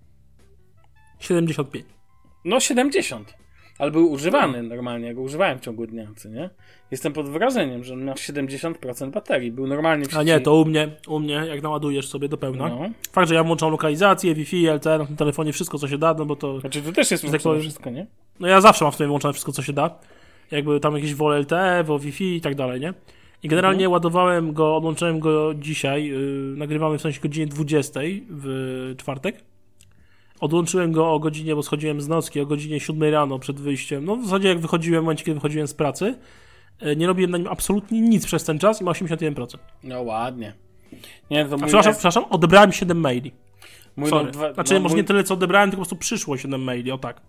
siedemdziesiąt pięć. No siedemdziesiąt. Ale był używany normalnie, ja go używałem w ciągu dnia, co nie? Jestem pod wrażeniem, że on miał siedemdziesiąt procent baterii. Był normalnie w A nie, to u mnie, u mnie, jak naładujesz sobie do pełna. No. Fakt, że ja włączam lokalizację, Wi-Fi, L T E na tym telefonie, wszystko co się da, no bo to... Znaczy tu też jest tak włączone powiem- wszystko, nie? No ja zawsze mam w sobie włączone wszystko co się da. Jakby tam jakieś wolę L T E, wo Wi-Fi i tak dalej, nie? I generalnie Mhm. ładowałem go, odłączyłem go dzisiaj, yy, nagrywamy w sensie godzinie dwudziestej w czwartek. Odłączyłem go o godzinie, bo schodziłem z nocki, o godzinie siódmej rano przed wyjściem. No w zasadzie jak wychodziłem, w momencie kiedy wychodziłem z pracy, yy, nie robiłem na nim absolutnie nic przez ten czas i ma osiemdziesiąt jeden procent. No ładnie. Nie, to A mój przepraszam, S- przepraszam, odebrałem siedem maili. mój Sorry. Note dwa- Znaczy no, może mój- nie tyle co odebrałem, tylko po prostu przyszło siedem maili, o tak.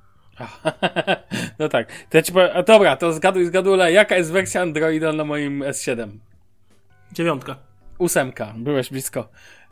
No tak. To ja ci powiem, a dobra, to zgaduj, zgadule, jaka jest wersja Androida na moim S siedem? Dziewiątka. Ósemka, byłeś blisko.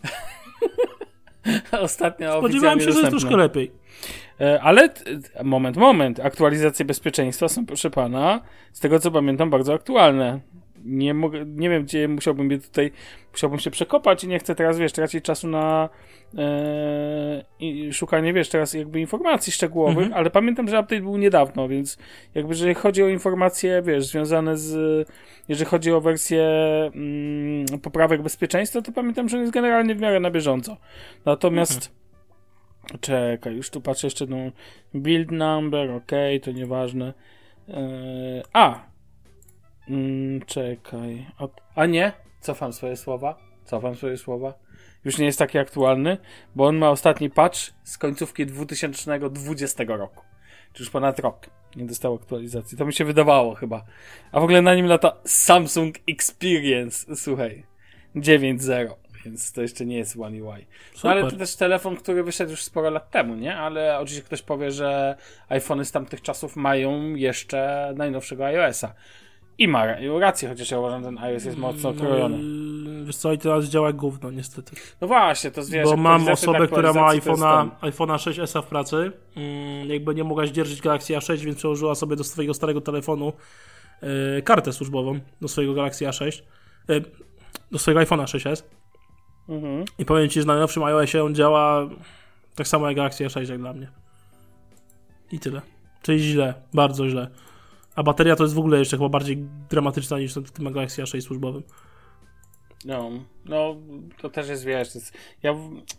Ostatnia Spodziewałem oficjalnie się, że jest dostępna. troszkę lepiej. E, Ale, t- moment, moment. Aktualizacje bezpieczeństwa są, proszę pana, z tego co pamiętam, bardzo aktualne. nie mogę, nie wiem, gdzie musiałbym je tutaj, musiałbym się przekopać i nie chcę teraz, wiesz, tracić czasu na e, i szukanie, wiesz, teraz jakby informacji szczegółowych, mhm. ale pamiętam, że update był niedawno, więc jakby, jeżeli chodzi o informacje, wiesz, związane z, jeżeli chodzi o wersję mm, poprawek bezpieczeństwa, to pamiętam, że jest generalnie w miarę na bieżąco. Natomiast mhm. Czekaj, już tu patrzę jeszcze no build number, okej, okay, to nieważne. Eee, a! Mm, czekaj. A, a nie? Cofam swoje słowa. Cofam swoje słowa. Już nie jest taki aktualny, bo on ma ostatni patch z końcówki dwa tysiące dwudziestego roku. Czyli już ponad rok nie dostał aktualizacji. To mi się wydawało chyba. A w ogóle na nim lata Samsung Experience. Słuchaj. dziewięć zero. Więc to jeszcze nie jest One U I. No ale to też telefon, który wyszedł już sporo lat temu, nie? Ale oczywiście ktoś powie, że iPhony z tamtych czasów mają jeszcze najnowszego iOS-a. I ma rację, chociaż ja uważam, że ten iOS jest mocno okrojony. No, wiesz co, i teraz działa gówno, niestety. No właśnie, to wiesz, bo mam osobę, która ma iPhone'a, iPhone'a sześć es w pracy. Mm, jakby nie mogła dzierżyć Galaxy A sześć, więc przełożyła sobie do swojego starego telefonu yy, kartę służbową, do swojego Galaxy A sześć. Yy, do swojego iPhone'a sześć es. Mhm. I powiem ci, że na najnowszym iOSie on działa tak samo jak Galaxy A sześć, jak dla mnie. I tyle. Czyli źle, bardzo źle. A bateria to jest w ogóle jeszcze chyba bardziej dramatyczna niż w tym Galaxy A sześć służbowym. No, no, to też jest, wiesz, to jest, ja...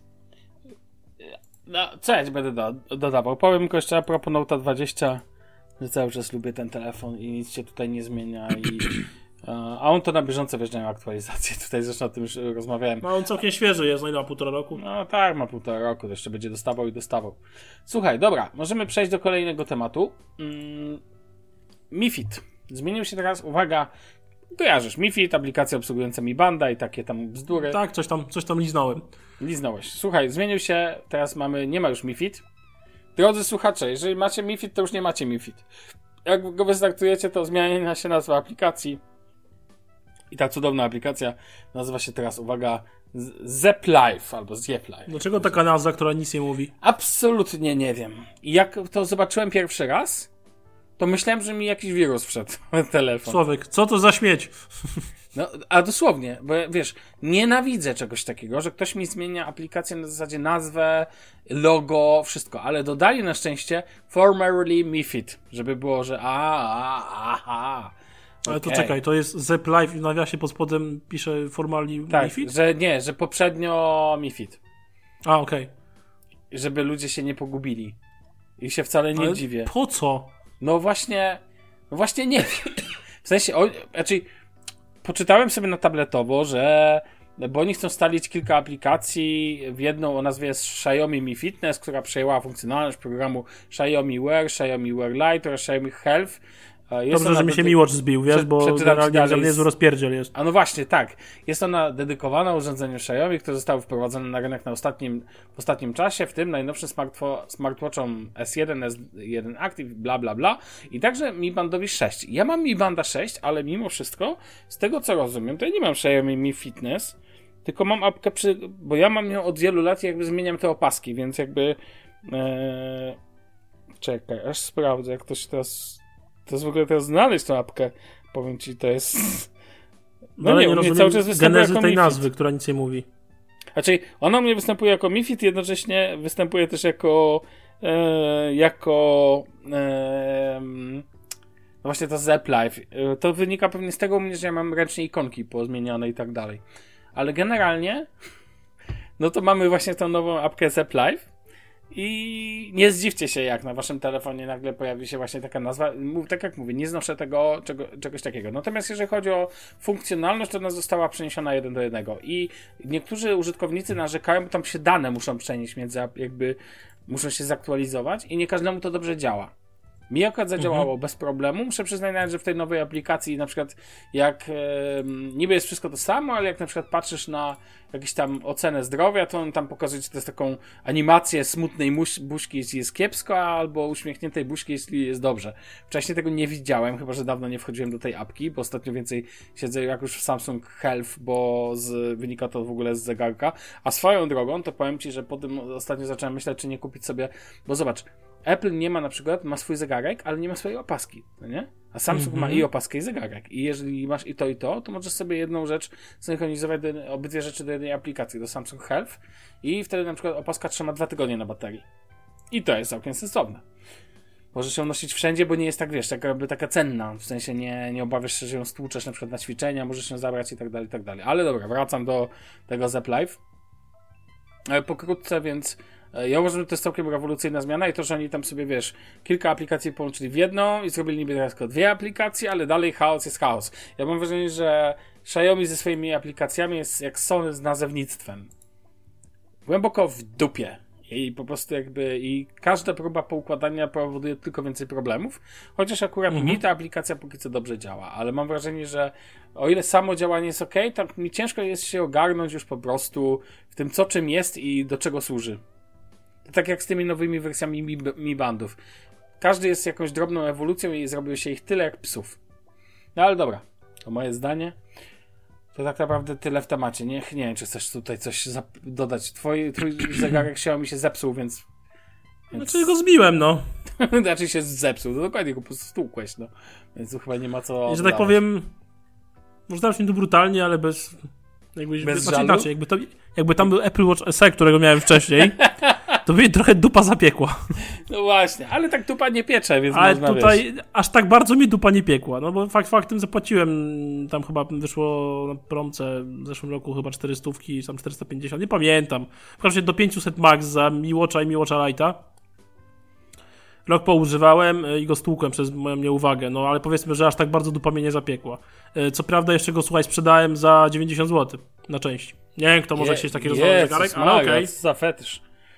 No, co ja ci będę do, dodawał? Powiem tylko jeszcze a propos Note dwadzieścia, że cały czas lubię ten telefon i nic się tutaj nie zmienia i... A on to na bieżąco wjeżdżają aktualizacje. Tutaj zresztą o tym już rozmawiałem. No on całkiem świeży jest, no ile ma półtora roku? No tak, ma półtora roku, to jeszcze będzie dostawał i dostawał. Słuchaj, dobra, możemy przejść do kolejnego tematu. Mm, Mi Fit. Zmienił się teraz, uwaga, kojarzysz, Mi Fit, aplikacja obsługująca Mi Banda i takie tam bzdury. Tak, coś tam, coś tam liznąłem. Liznąłeś. Słuchaj, zmienił się, teraz mamy, nie ma już Mi Fit. Drodzy słuchacze, jeżeli macie Mi Fit, to już nie macie Mi Fit. Jak go wystartujecie, to zmienia się nazwa aplikacji. I ta cudowna aplikacja nazywa się teraz, uwaga, Zeplife albo Zeplife. Dlaczego taka nazwa, która nic nie mówi? Absolutnie nie wiem. I jak to zobaczyłem pierwszy raz, to myślałem, że mi jakiś wirus wszedł w telefon. Słowek, co to za śmieć? No, a dosłownie, bo wiesz, nienawidzę czegoś takiego, że ktoś mi zmienia aplikację na zasadzie nazwę, logo, wszystko, ale dodali na szczęście formerly Mi Fit, żeby było, że a, a, a, ale okay. to czekaj, to jest Zeplife i w nawiasie pod spodem pisze formalnie tak, Mi Fit? Że nie, że poprzednio Mi Fit. A, okej. Okay. Żeby ludzie się nie pogubili. I się wcale nie ale dziwię. Po co? No właśnie, no właśnie nie wiem. W sensie, o, znaczy, poczytałem sobie na tabletowo, że bo oni chcą stalić kilka aplikacji w jedną o nazwie Xiaomi Mi Fitness, która przejęła funkcjonalność programu Xiaomi Wear, Xiaomi Wear Lite oraz Xiaomi Health. Jest Dobrze, że mi się Mi Watch zbił, wiesz, bo generalnie niezły rozpierdziel jest. A no właśnie, tak. Jest ona dedykowana urządzeniu Xiaomi, które zostały wprowadzone na rynek na ostatnim, w ostatnim czasie, w tym najnowszym smartwatchom S jeden, S jeden Active, bla bla bla i także Mi Bandowi sześć. Ja mam Mi Banda sześć, ale mimo wszystko, z tego co rozumiem, to ja nie mam Xiaomi Mi Fitness, tylko mam apkę, przy, bo ja mam ją od wielu lat i jakby zmieniam te opaski, więc jakby ee... czekaj, aż sprawdzę, jak to się teraz... To jest w ogóle teraz znaleźć tą apkę. Powiem ci, to jest... No, no nie, nie rozumiem cały czas występuje genezy tej nazwy, która nic nie mówi. Znaczy, ona u mnie występuje jako Mi Fit, jednocześnie występuje też jako e, jako e, no właśnie to Zeplife. E, to wynika pewnie z tego u mnie, że ja mam ręcznie ikonki pozmieniane i tak dalej. Ale generalnie no to mamy właśnie tą nową apkę Zeplife. I nie zdziwcie się, jak na waszym telefonie nagle pojawi się właśnie taka nazwa. Tak jak mówię, nie znoszę tego, czego, czegoś takiego. Natomiast jeżeli chodzi o funkcjonalność, to ona została przeniesiona jeden do jednego. I niektórzy użytkownicy narzekają, bo tam się dane muszą przenieść między, jakby muszą się zaktualizować i nie każdemu to dobrze działa. Mi akurat zadziałało mhm. bez problemu. Muszę przyznać nawet, że w tej nowej aplikacji na przykład jak e, niby jest wszystko to samo, ale jak na przykład patrzysz na jakąś tam ocenę zdrowia, to on tam pokazuje, czy to jest taką animację smutnej muś, buźki, jeśli jest kiepsko, albo uśmiechniętej buźki, jeśli jest dobrze. Wcześniej tego nie widziałem, chyba że dawno nie wchodziłem do tej apki, bo ostatnio więcej siedzę jak już w Samsung Health, bo z, wynika to w ogóle z zegarka. A swoją drogą, to powiem ci, że po tym ostatnio zacząłem myśleć, czy nie kupić sobie, bo zobacz, Apple nie ma na przykład, ma swój zegarek, ale nie ma swojej opaski, no nie? A Samsung mm-hmm. ma i opaskę, i zegarek. I jeżeli masz i to, i to, to możesz sobie jedną rzecz synchronizować, do, obydwie rzeczy do jednej aplikacji, do Samsung Health i wtedy na przykład opaska trzyma dwa tygodnie na baterii. I to jest całkiem sensowne. Możesz ją nosić wszędzie, bo nie jest tak, wiesz, taka, jakby taka cenna. W sensie nie, nie obawiasz się, że ją stłuczesz na przykład na ćwiczenia, możesz ją zabrać i tak dalej, i tak dalej. Ale dobra, wracam do tego Zepp Live. Pokrótce, więc ja uważam, że to jest całkiem rewolucyjna zmiana i to, że oni tam sobie, wiesz, kilka aplikacji połączyli w jedną i zrobili niby teraz tylko dwie aplikacje, ale dalej chaos jest chaos. Ja mam wrażenie, że Xiaomi ze swoimi aplikacjami jest jak Sony z nazewnictwem. Głęboko w dupie. I po prostu jakby i każda próba poukładania powoduje tylko więcej problemów, chociaż akurat mhm. mi ta aplikacja póki co dobrze działa, ale mam wrażenie, że o ile samo działanie jest ok, to mi ciężko jest się ogarnąć już po prostu w tym, co czym jest i do czego służy. To tak jak z tymi nowymi wersjami Mi, Mi Bandów. Każdy jest jakąś drobną ewolucją i zrobiło się ich tyle jak psów. No ale dobra, to moje zdanie. To tak naprawdę tyle w temacie. Nie, nie wiem, czy chcesz tutaj coś zap- dodać. Twój, twój zegarek Xiaomi się zepsuł, więc... więc... Znaczy go zbiłem, no. Znaczy się zepsuł, to dokładnie go po prostu stłukłeś, no. Więc tu chyba nie ma co... I że tak powiem, może teraz mi to brutalnie, ale bez... Jakby, bez znaczy żalu? inaczej, jakby, to, jakby tam był Apple Watch S E, którego miałem wcześniej, to by trochę dupa zapiekła. No właśnie, ale tak dupa nie piecze, więc ale można, tutaj wiesz. Aż tak bardzo mi dupa nie piekła, no bo fakt faktem zapłaciłem, tam chyba wyszło na promce w zeszłym roku chyba czterysta, tam czterysta pięćdziesiąt, nie pamiętam. W każdym razie do pięćset max za Mi Watcha i Mi Watcha Lite'a. Rok poużywałem i go stłukłem przez moją nieuwagę, no ale powiedzmy, że aż tak bardzo dupa mnie nie zapiekła. Co prawda jeszcze go, słuchaj, sprzedałem za dziewięćdziesiąt złotych na część. Nie wiem, kto może Je, chcieć taki rozwiązany zegarek, ale okej. Okay. Za fetysz.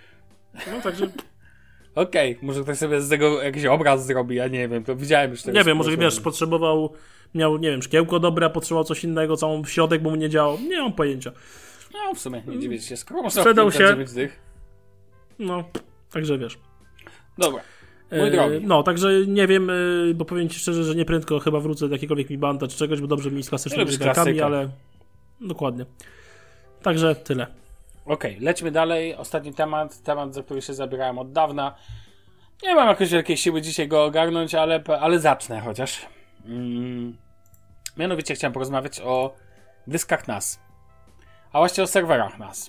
No także... Okej, okay, może ktoś sobie z tego jakiś obraz zrobi, ja nie wiem, to widziałem już tego. Nie wiem, może wiesz, potrzebował, miał, nie wiem, szkiełko dobre, potrzebował coś innego, całą środek, bo mu nie działał. Nie mam pojęcia. No w sumie, nie dziwię się, skoro można sprzedał się. dziewięć dych. No, także wiesz. Dobra. Mój drogi. No, także nie wiem, bo powiem ci szczerze, że nie prędko chyba wrócę do jakiegokolwiek Mi Banda czy czegoś, bo dobrze mi z klasycznymi zegarkami, ale dokładnie. Także tyle. Okej, okay, lećmy dalej. Ostatni temat, temat, za który się zabierałem od dawna. Nie mam jakiejś wielkiej siły dzisiaj go ogarnąć, ale, ale zacznę chociaż. Mm. Mianowicie chciałem porozmawiać o dyskach N A S. A właściwie o serwerach N A S.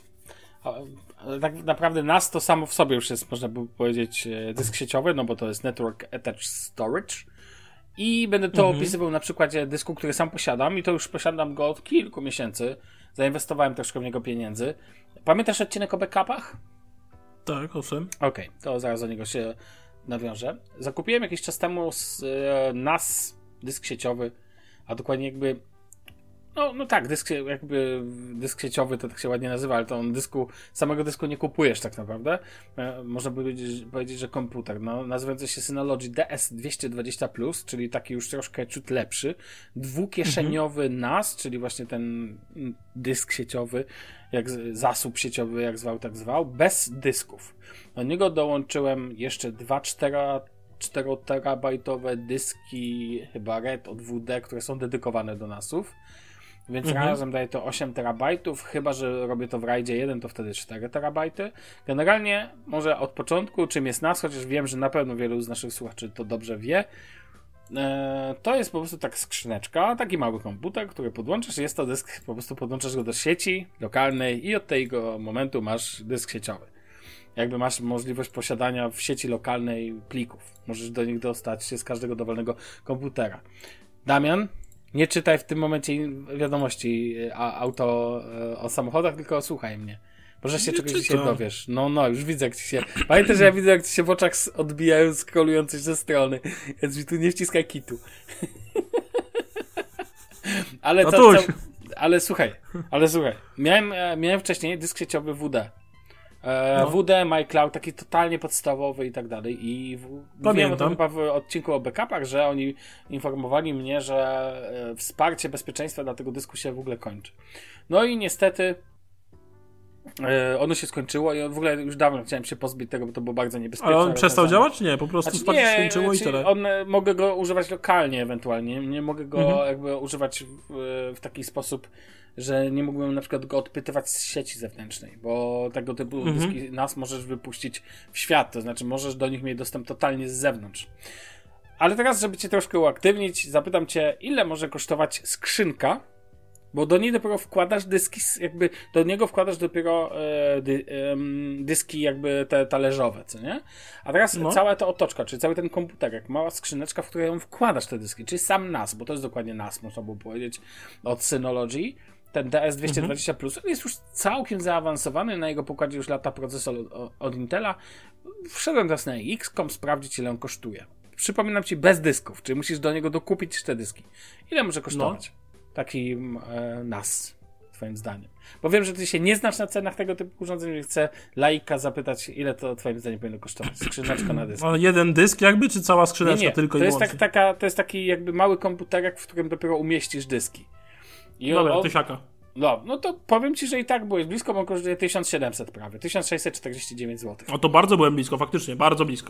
Tak naprawdę N A S to samo w sobie już jest, można by powiedzieć, dysk sieciowy, no bo to jest Network Attached Storage. I będę to mhm. opisywał na przykładzie dysku, który sam posiadam i to już posiadam go od kilku miesięcy. Zainwestowałem troszkę w niego pieniędzy. Pamiętasz odcinek o backupach? Tak, owszem. Okej, okay, to zaraz do niego się nawiążę. Zakupiłem jakiś czas temu z e, N A S dysk sieciowy, a dokładnie jakby no, no tak, dysk, jakby dysk sieciowy to tak się ładnie nazywa, ale to on dysku, samego dysku nie kupujesz tak naprawdę. E, można by powiedzieć, powiedzieć, że komputer, no, nazywający się Synology D S dwieście dwadzieścia plus, czyli taki już troszkę ciut lepszy, dwukieszeniowy mhm. N A S, czyli właśnie ten dysk sieciowy, jak zasób sieciowy, jak zwał, tak zwał, bez dysków. Do niego dołączyłem jeszcze dwa czteroterabajtowe dyski, chyba RAID od W D, które są dedykowane do N A S-ów. Więc mhm. razem daje to osiem terabajtów, chyba że robię to w rajdzie jeden, to wtedy cztery terabajty. Generalnie może od początku, czym jest N A S, chociaż wiem, że na pewno wielu z naszych słuchaczy to dobrze wie. Eee, to jest po prostu tak skrzyneczka, taki mały komputer, który podłączasz, jest to dysk, po prostu podłączasz go do sieci lokalnej i od tego momentu masz dysk sieciowy. Jakby masz możliwość posiadania w sieci lokalnej plików. Możesz do nich dostać się z każdego dowolnego komputera. Damian, nie czytaj w tym momencie wiadomości auto o samochodach, tylko słuchaj mnie. Może się nie czegoś dzisiaj dowiesz. No, no, już widzę, jak ci się... Pamiętaj, że ja widzę, jak ci się w oczach odbijają scrollując coś ze strony. Więc mi tu nie wciskaj kitu. ale to... to ale słuchaj, ale słuchaj. Miałem, miałem wcześniej dysk sieciowy W D. No. W D, MyCloud, taki totalnie podstawowy i tak dalej. I mówiłem o tym chyba w odcinku o backupach, że oni informowali mnie, że wsparcie bezpieczeństwa dla tego dysku się w ogóle kończy. No i niestety ono się skończyło i w ogóle już dawno chciałem się pozbyć tego, bo to było bardzo niebezpieczne. Ale on przestał działać, czy nie? Po prostu znaczy, wsparcie się skończyło i tyle. On, mogę go używać lokalnie ewentualnie. Nie mogę go mhm. jakby używać w, w taki sposób że nie mógłbym na przykład go odpytywać z sieci zewnętrznej, bo tego typu mhm. dyski N A S możesz wypuścić w świat, to znaczy możesz do nich mieć dostęp totalnie z zewnątrz. Ale teraz, żeby cię troszkę uaktywnić, zapytam cię, ile może kosztować skrzynka, bo do niej dopiero wkładasz dyski, jakby do niego wkładasz dopiero e, dy, e, dyski jakby te talerzowe, co nie? A teraz no. cała ta otoczka, czyli cały ten komputerek, mała skrzyneczka, w której wkładasz te dyski, czyli sam N A S, bo to jest dokładnie N A S, można było powiedzieć, od Synology. Ten D S dwieście dwadzieścia mhm. Plus jest już całkiem zaawansowany, na jego pokładzie już lata procesor od, od Intela. Wszedłem teraz na X kropka com sprawdzić, ile on kosztuje. Przypominam ci, bez dysków, czyli musisz do niego dokupić te dyski. Ile może kosztować no. taki e, N A S, twoim zdaniem? Bo wiem, że ty się nie znasz na cenach tego typu urządzeń, więc chcę laika zapytać, ile to twoim zdaniem powinno kosztować? Skrzyneczka na dysk. A jeden dysk jakby, czy cała skrzyneczka nie, nie. tylko to i jest wyłącznie? tak, taka, to jest taki jakby mały komputerek, w którym dopiero umieścisz dyski. I Dobra, on, tysiaka. No, no to powiem ci, że i tak byłeś blisko, bo on kosztuje tysiąc siedemset prawie, tysiąc sześćset czterdzieści dziewięć złotych. No to bardzo byłem blisko, faktycznie, bardzo blisko.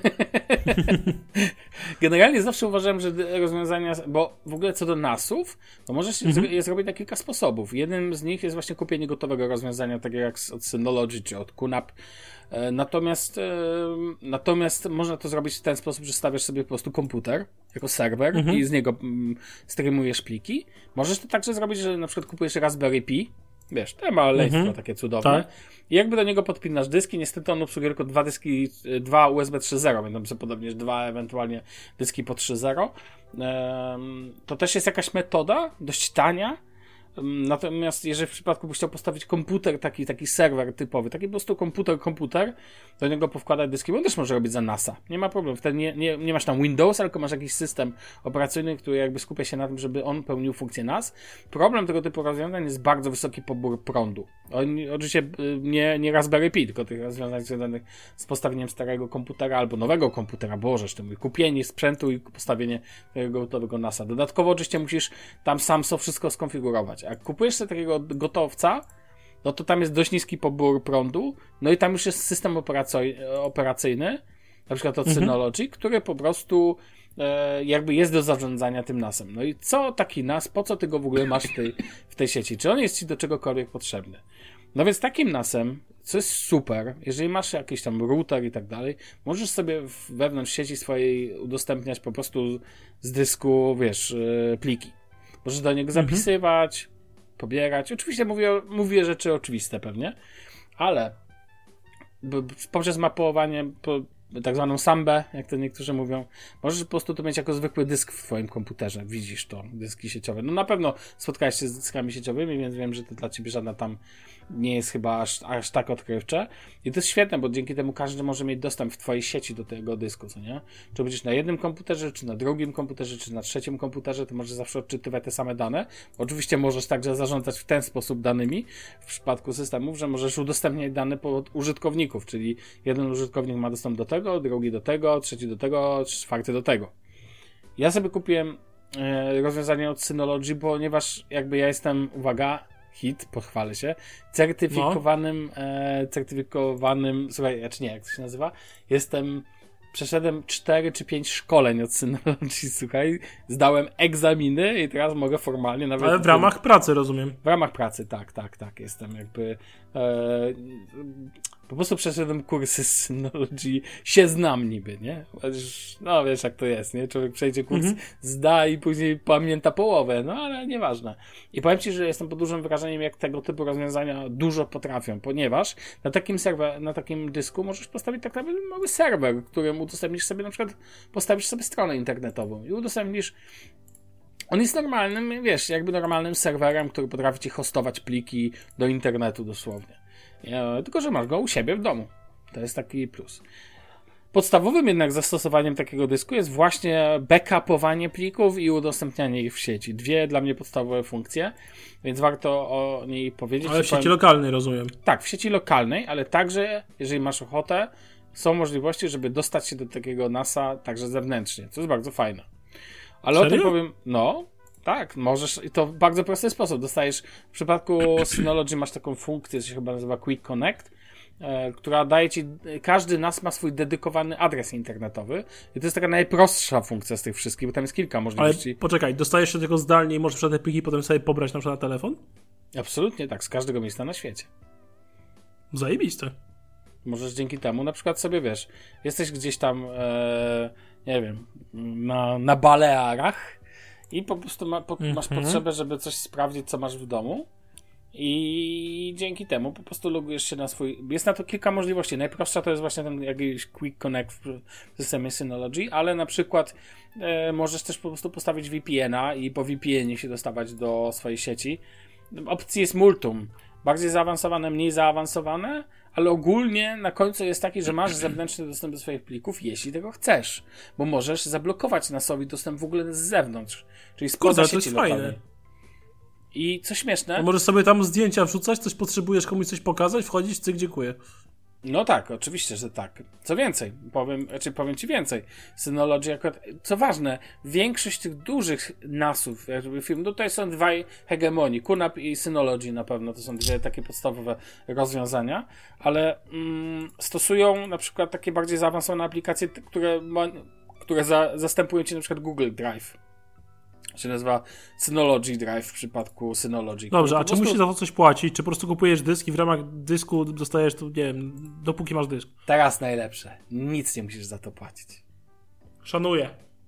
Generalnie zawsze uważałem, że rozwiązania, bo w ogóle co do N A S-ów, to możesz mhm. je zrobić na kilka sposobów. Jednym z nich jest właśnie kupienie gotowego rozwiązania, takiego jak od Synology czy od Q N A P. Natomiast, natomiast można to zrobić w ten sposób, że stawiasz sobie po prostu komputer jako serwer mhm. i z niego streamujesz pliki. Możesz to także zrobić, że na przykład kupujesz Raspberry Pi, wiesz, to maleństwo mhm. takie cudowne. Tak. I jakby do niego podpinasz dyski, niestety on obsługuje tylko dwa dyski, dwa U S B trzy zero, będą sobie podobnież dwa ewentualnie dyski po trzy zero. To też jest jakaś metoda, dość tania. Natomiast jeżeli w przypadku byś chciał postawić komputer, taki, taki serwer typowy, taki po prostu komputer, komputer, do niego powkładać dyski, bo on też może robić za NASA. Nie ma problemu. Wtedy nie, nie, nie masz tam Windowsa, tylko masz jakiś system operacyjny, który jakby skupia się na tym, żeby on pełnił funkcję N A S. Problem tego typu rozwiązań jest bardzo wysoki pobór prądu. On, oczywiście nie, nie Raspberry Pi, tylko tych rozwiązań związanych z postawieniem starego komputera albo nowego komputera, boże, tym kupienie sprzętu i postawienie tego gotowego N A S a. Dodatkowo oczywiście musisz tam sam sobie wszystko skonfigurować. Jak kupujesz sobie takiego gotowca, no to tam jest dość niski pobór prądu, no i tam już jest system operacyjny, na przykład od mhm. Synology, który po prostu e, jakby jest do zarządzania tym N A S em. No i co taki N A S, po co ty go w ogóle masz w tej, w tej sieci? Czy on jest ci do czegokolwiek potrzebny? No więc takim N A S em, co jest super, jeżeli masz jakiś tam router i tak dalej, możesz sobie wewnątrz sieci swojej udostępniać po prostu z dysku, wiesz, e, pliki. Możesz do niego zapisywać, mhm. pobierać. Oczywiście mówię, mówię rzeczy oczywiste pewnie, ale b- poprzez mapowanie, po, tak zwaną sambę, jak to niektórzy mówią, możesz po prostu to mieć jako zwykły dysk w twoim komputerze. Widzisz to, dyski sieciowe. No na pewno spotkałeś się z dyskami sieciowymi, więc wiem, że to dla ciebie żadna tam nie jest chyba aż, aż tak odkrywcze. I to jest świetne, bo dzięki temu każdy może mieć dostęp w twojej sieci do tego dysku, co nie? Czy będziesz na jednym komputerze, czy na drugim komputerze, czy na trzecim komputerze, to możesz zawsze odczytywać te same dane. Oczywiście możesz także zarządzać w ten sposób danymi w przypadku systemów, że możesz udostępniać dane pod użytkowników, czyli jeden użytkownik ma dostęp do tego, drugi do tego, trzeci do tego, czwarty do tego. Ja sobie kupiłem e, rozwiązanie od Synology, ponieważ jakby ja jestem, uwaga, hit, pochwalę się, certyfikowanym, no. e, certyfikowanym, słuchaj, czy nie, jak to się nazywa? Jestem, przeszedłem cztery czy pięć szkoleń od Synology, słuchaj, zdałem egzaminy i teraz mogę formalnie nawet... Ale w ramach tym, pracy, rozumiem. W ramach pracy, tak, tak, tak, jestem jakby... E, po prostu przeszedłem kursy z Synology, się znam niby, nie? No wiesz jak to jest, nie? Człowiek przejdzie kurs, mm-hmm. zda i później pamięta połowę, no ale nieważne. I powiem ci, że jestem pod dużym wrażeniem, jak tego typu rozwiązania dużo potrafią, ponieważ na takim serwer, na takim dysku możesz postawić tak naprawdę mały serwer, którym udostępnisz sobie, na przykład postawisz sobie stronę internetową i udostępnisz. On jest normalnym, wiesz, jakby normalnym serwerem, który potrafi ci hostować pliki do internetu dosłownie. Ja, tylko, że masz go u siebie w domu. To jest taki plus. Podstawowym jednak zastosowaniem takiego dysku jest właśnie backupowanie plików i udostępnianie ich w sieci. Dwie dla mnie podstawowe funkcje, więc warto o niej powiedzieć. Ale w sieci powiem... lokalnej, rozumiem. Tak, w sieci lokalnej, ale także, jeżeli masz ochotę, są możliwości, żeby dostać się do takiego N A S a także zewnętrznie, co jest bardzo fajne. Ale Serio? O tym powiem, no... Tak, możesz, i to w bardzo prosty sposób. Dostajesz, w przypadku Synology masz taką funkcję, co się chyba nazywa Quick Connect e, która daje ci, każdy nas ma swój dedykowany adres internetowy i to jest taka najprostsza funkcja z tych wszystkich, bo tam jest kilka możliwości. Ale poczekaj, dostajesz się tylko zdalnie i możesz przed te pliki potem sobie pobrać na przykład na telefon? Absolutnie tak, z każdego miejsca na świecie. Zajebiste. Możesz dzięki temu na przykład sobie, wiesz, jesteś gdzieś tam, e, nie wiem, na, na Balearach i po prostu ma, po, mm-hmm. masz potrzebę, żeby coś sprawdzić, co masz w domu i dzięki temu po prostu logujesz się na swój... Jest na to kilka możliwości. Najprostsza to jest właśnie ten jakiś Quick Connect w systemie Synology, ale na przykład e, możesz też po prostu postawić V P N a i po V P N ie się dostawać do swojej sieci. Opcji jest multum. Bardziej zaawansowane, mniej zaawansowane, ale ogólnie na końcu jest taki, że masz zewnętrzny dostęp do swoich plików, jeśli tego chcesz, bo możesz zablokować nasowi dostęp w ogóle z zewnątrz, czyli spoza sieci lokalnej. I co śmieszne... To możesz sobie tam zdjęcia wrzucać, coś potrzebujesz komuś coś pokazać, wchodzić, cyk, dziękuję. No tak, oczywiście, że tak. Co więcej, powiem, znaczy powiem ci więcej. Synology akurat, co ważne, większość tych dużych nasów, jakby firm, no tutaj są dwa hegemonii, Q N A P i Synology na pewno, to są dwie takie podstawowe rozwiązania, ale mm, stosują na przykład takie bardziej zaawansowane aplikacje, które, ma, które za, zastępują ci na przykład Google Drive. Się nazywa Synology Drive w przypadku Synology. Dobrze, a czy prostu... musisz za to coś płacić? Czy po prostu kupujesz dysk i w ramach dysku dostajesz tu, nie wiem, dopóki masz dysk? Teraz najlepsze. Nic nie musisz za to płacić. Szanuję.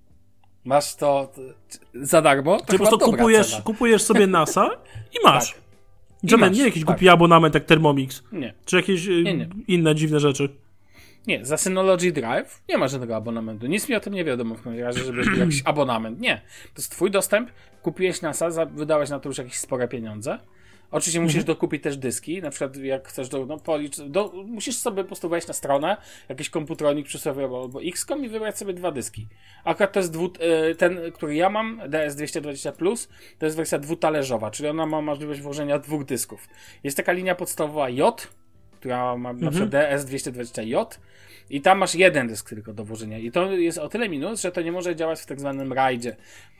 Masz to za darmo? To czy po prostu kupujesz, kupujesz sobie NASA i masz. Tak. I Żaden, masz, nie jakiś tak. głupi abonament jak Thermomix. Nie. Czy jakieś nie, nie. inne dziwne rzeczy. Nie, za Synology Drive nie ma żadnego abonamentu. Nic mi o tym nie wiadomo w każdym razie, żeby był jakiś abonament. Nie. To jest twój dostęp, kupiłeś NASA, wydałeś na to już jakieś spore pieniądze. Oczywiście musisz mhm. dokupić też dyski, na przykład jak chcesz, do, no, policz, do, musisz sobie po prostu wejść na stronę, jakiś komputronik przysłowiowy albo X COM i wybrać sobie dwa dyski. Akurat to jest dwu, ten, który ja mam, D S dwieście dwadzieścia plus, to jest wersja dwutalerzowa, czyli ona ma możliwość włożenia dwóch dysków. Jest taka linia podstawowa J, która ma mhm. na przykład D S dwieście dwadzieścia J i tam masz jeden dysk tylko do włożenia. I to jest o tyle minus, że to nie może działać w tak zwanym rajdzie.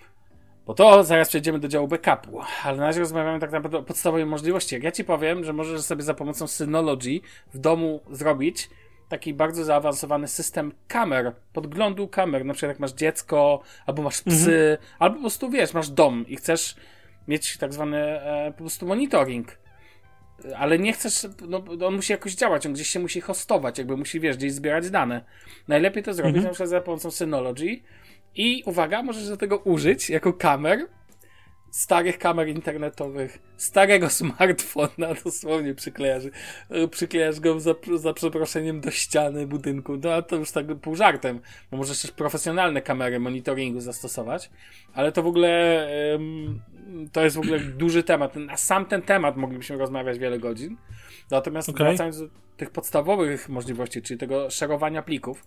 Bo to zaraz przejdziemy do działu backupu, ale na razie rozmawiamy tak naprawdę o podstawowej możliwości. Jak ja ci powiem, że możesz sobie za pomocą Synology w domu zrobić taki bardzo zaawansowany system kamer, podglądu kamer, na przykład jak masz dziecko, albo masz psy, mhm. albo po prostu wiesz, masz dom i chcesz mieć tak zwany e, po prostu monitoring. Ale nie chcesz, no on musi jakoś działać, on gdzieś się musi hostować, jakby musi, wiesz, gdzieś zbierać dane. Najlepiej to zrobić mhm. na przykład za pomocą Synology i uwaga, możesz do tego użyć jako kamer, starych kamer internetowych, starego smartfona, dosłownie przyklejasz, przyklejasz go za, za przeproszeniem do ściany budynku, no a to już tak pół żartem, bo możesz też profesjonalne kamery monitoringu zastosować, ale to w ogóle um, to jest w ogóle duży temat. Na sam ten temat moglibyśmy rozmawiać wiele godzin, natomiast okay. wracając do tych podstawowych możliwości, czyli tego szerowania plików,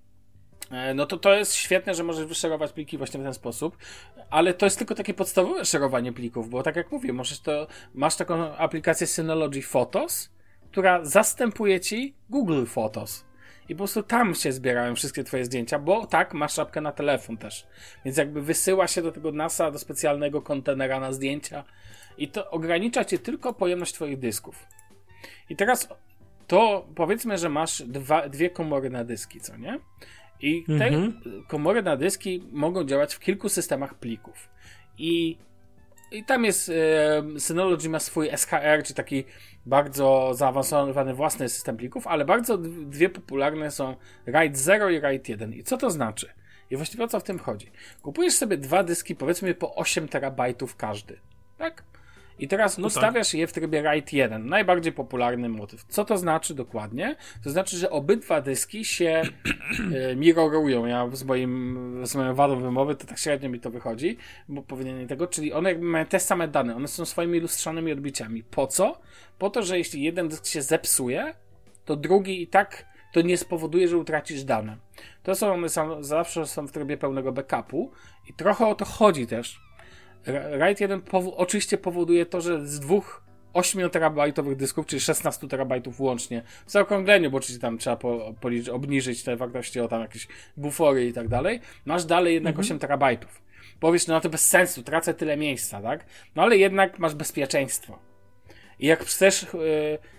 no to to jest świetne, że możesz wyszerować pliki właśnie w ten sposób, ale to jest tylko takie podstawowe szerowanie plików, bo tak jak mówię, możesz to, masz taką aplikację Synology Photos, która zastępuje ci Google Photos i po prostu tam się zbierają wszystkie twoje zdjęcia, bo tak, masz szapkę na telefon też, więc jakby wysyła się do tego NASA, do specjalnego kontenera na zdjęcia i to ogranicza ci tylko pojemność twoich dysków. I teraz to powiedzmy, że masz dwa, dwie komory na dyski, co nie? I te mm-hmm. komory na dyski mogą działać w kilku systemach plików. I, i tam jest, e, Synology ma swój S H R, czy taki bardzo zaawansowany własny system plików, ale bardzo dwie popularne są RAID zero i RAID jeden. I co to znaczy? I właściwie o co w tym chodzi? Kupujesz sobie dwa dyski, powiedzmy po osiem terabajtów każdy, tak? I teraz no ustawiasz tak. je w trybie RAID jeden, najbardziej popularny motyw. Co to znaczy dokładnie? To znaczy, że obydwa dyski się e, mirorują. Ja z, moim, z moją wadą wymowy to tak średnio mi to wychodzi, bo powinienem tego, czyli one jakby mają te same dane, one są swoimi lustrzanymi odbiciami. Po co? Po to, że jeśli jeden dysk się zepsuje, to drugi i tak to nie spowoduje, że utracisz dane. To są one są, zawsze są w trybie pełnego backupu i trochę o to chodzi też. RAID jeden powo- oczywiście powoduje to, że z dwóch ośmioterabajtowych dysków, czyli szesnaście terabajtów łącznie, w zaokrągleniu, bo oczywiście tam trzeba po, policzyć, obniżyć te wartości o tam jakieś bufory i tak dalej, masz dalej jednak mhm. osiem terabajtów. Powiesz, no to bez sensu, tracę tyle miejsca, tak? No ale jednak masz bezpieczeństwo. I jak chcesz yy,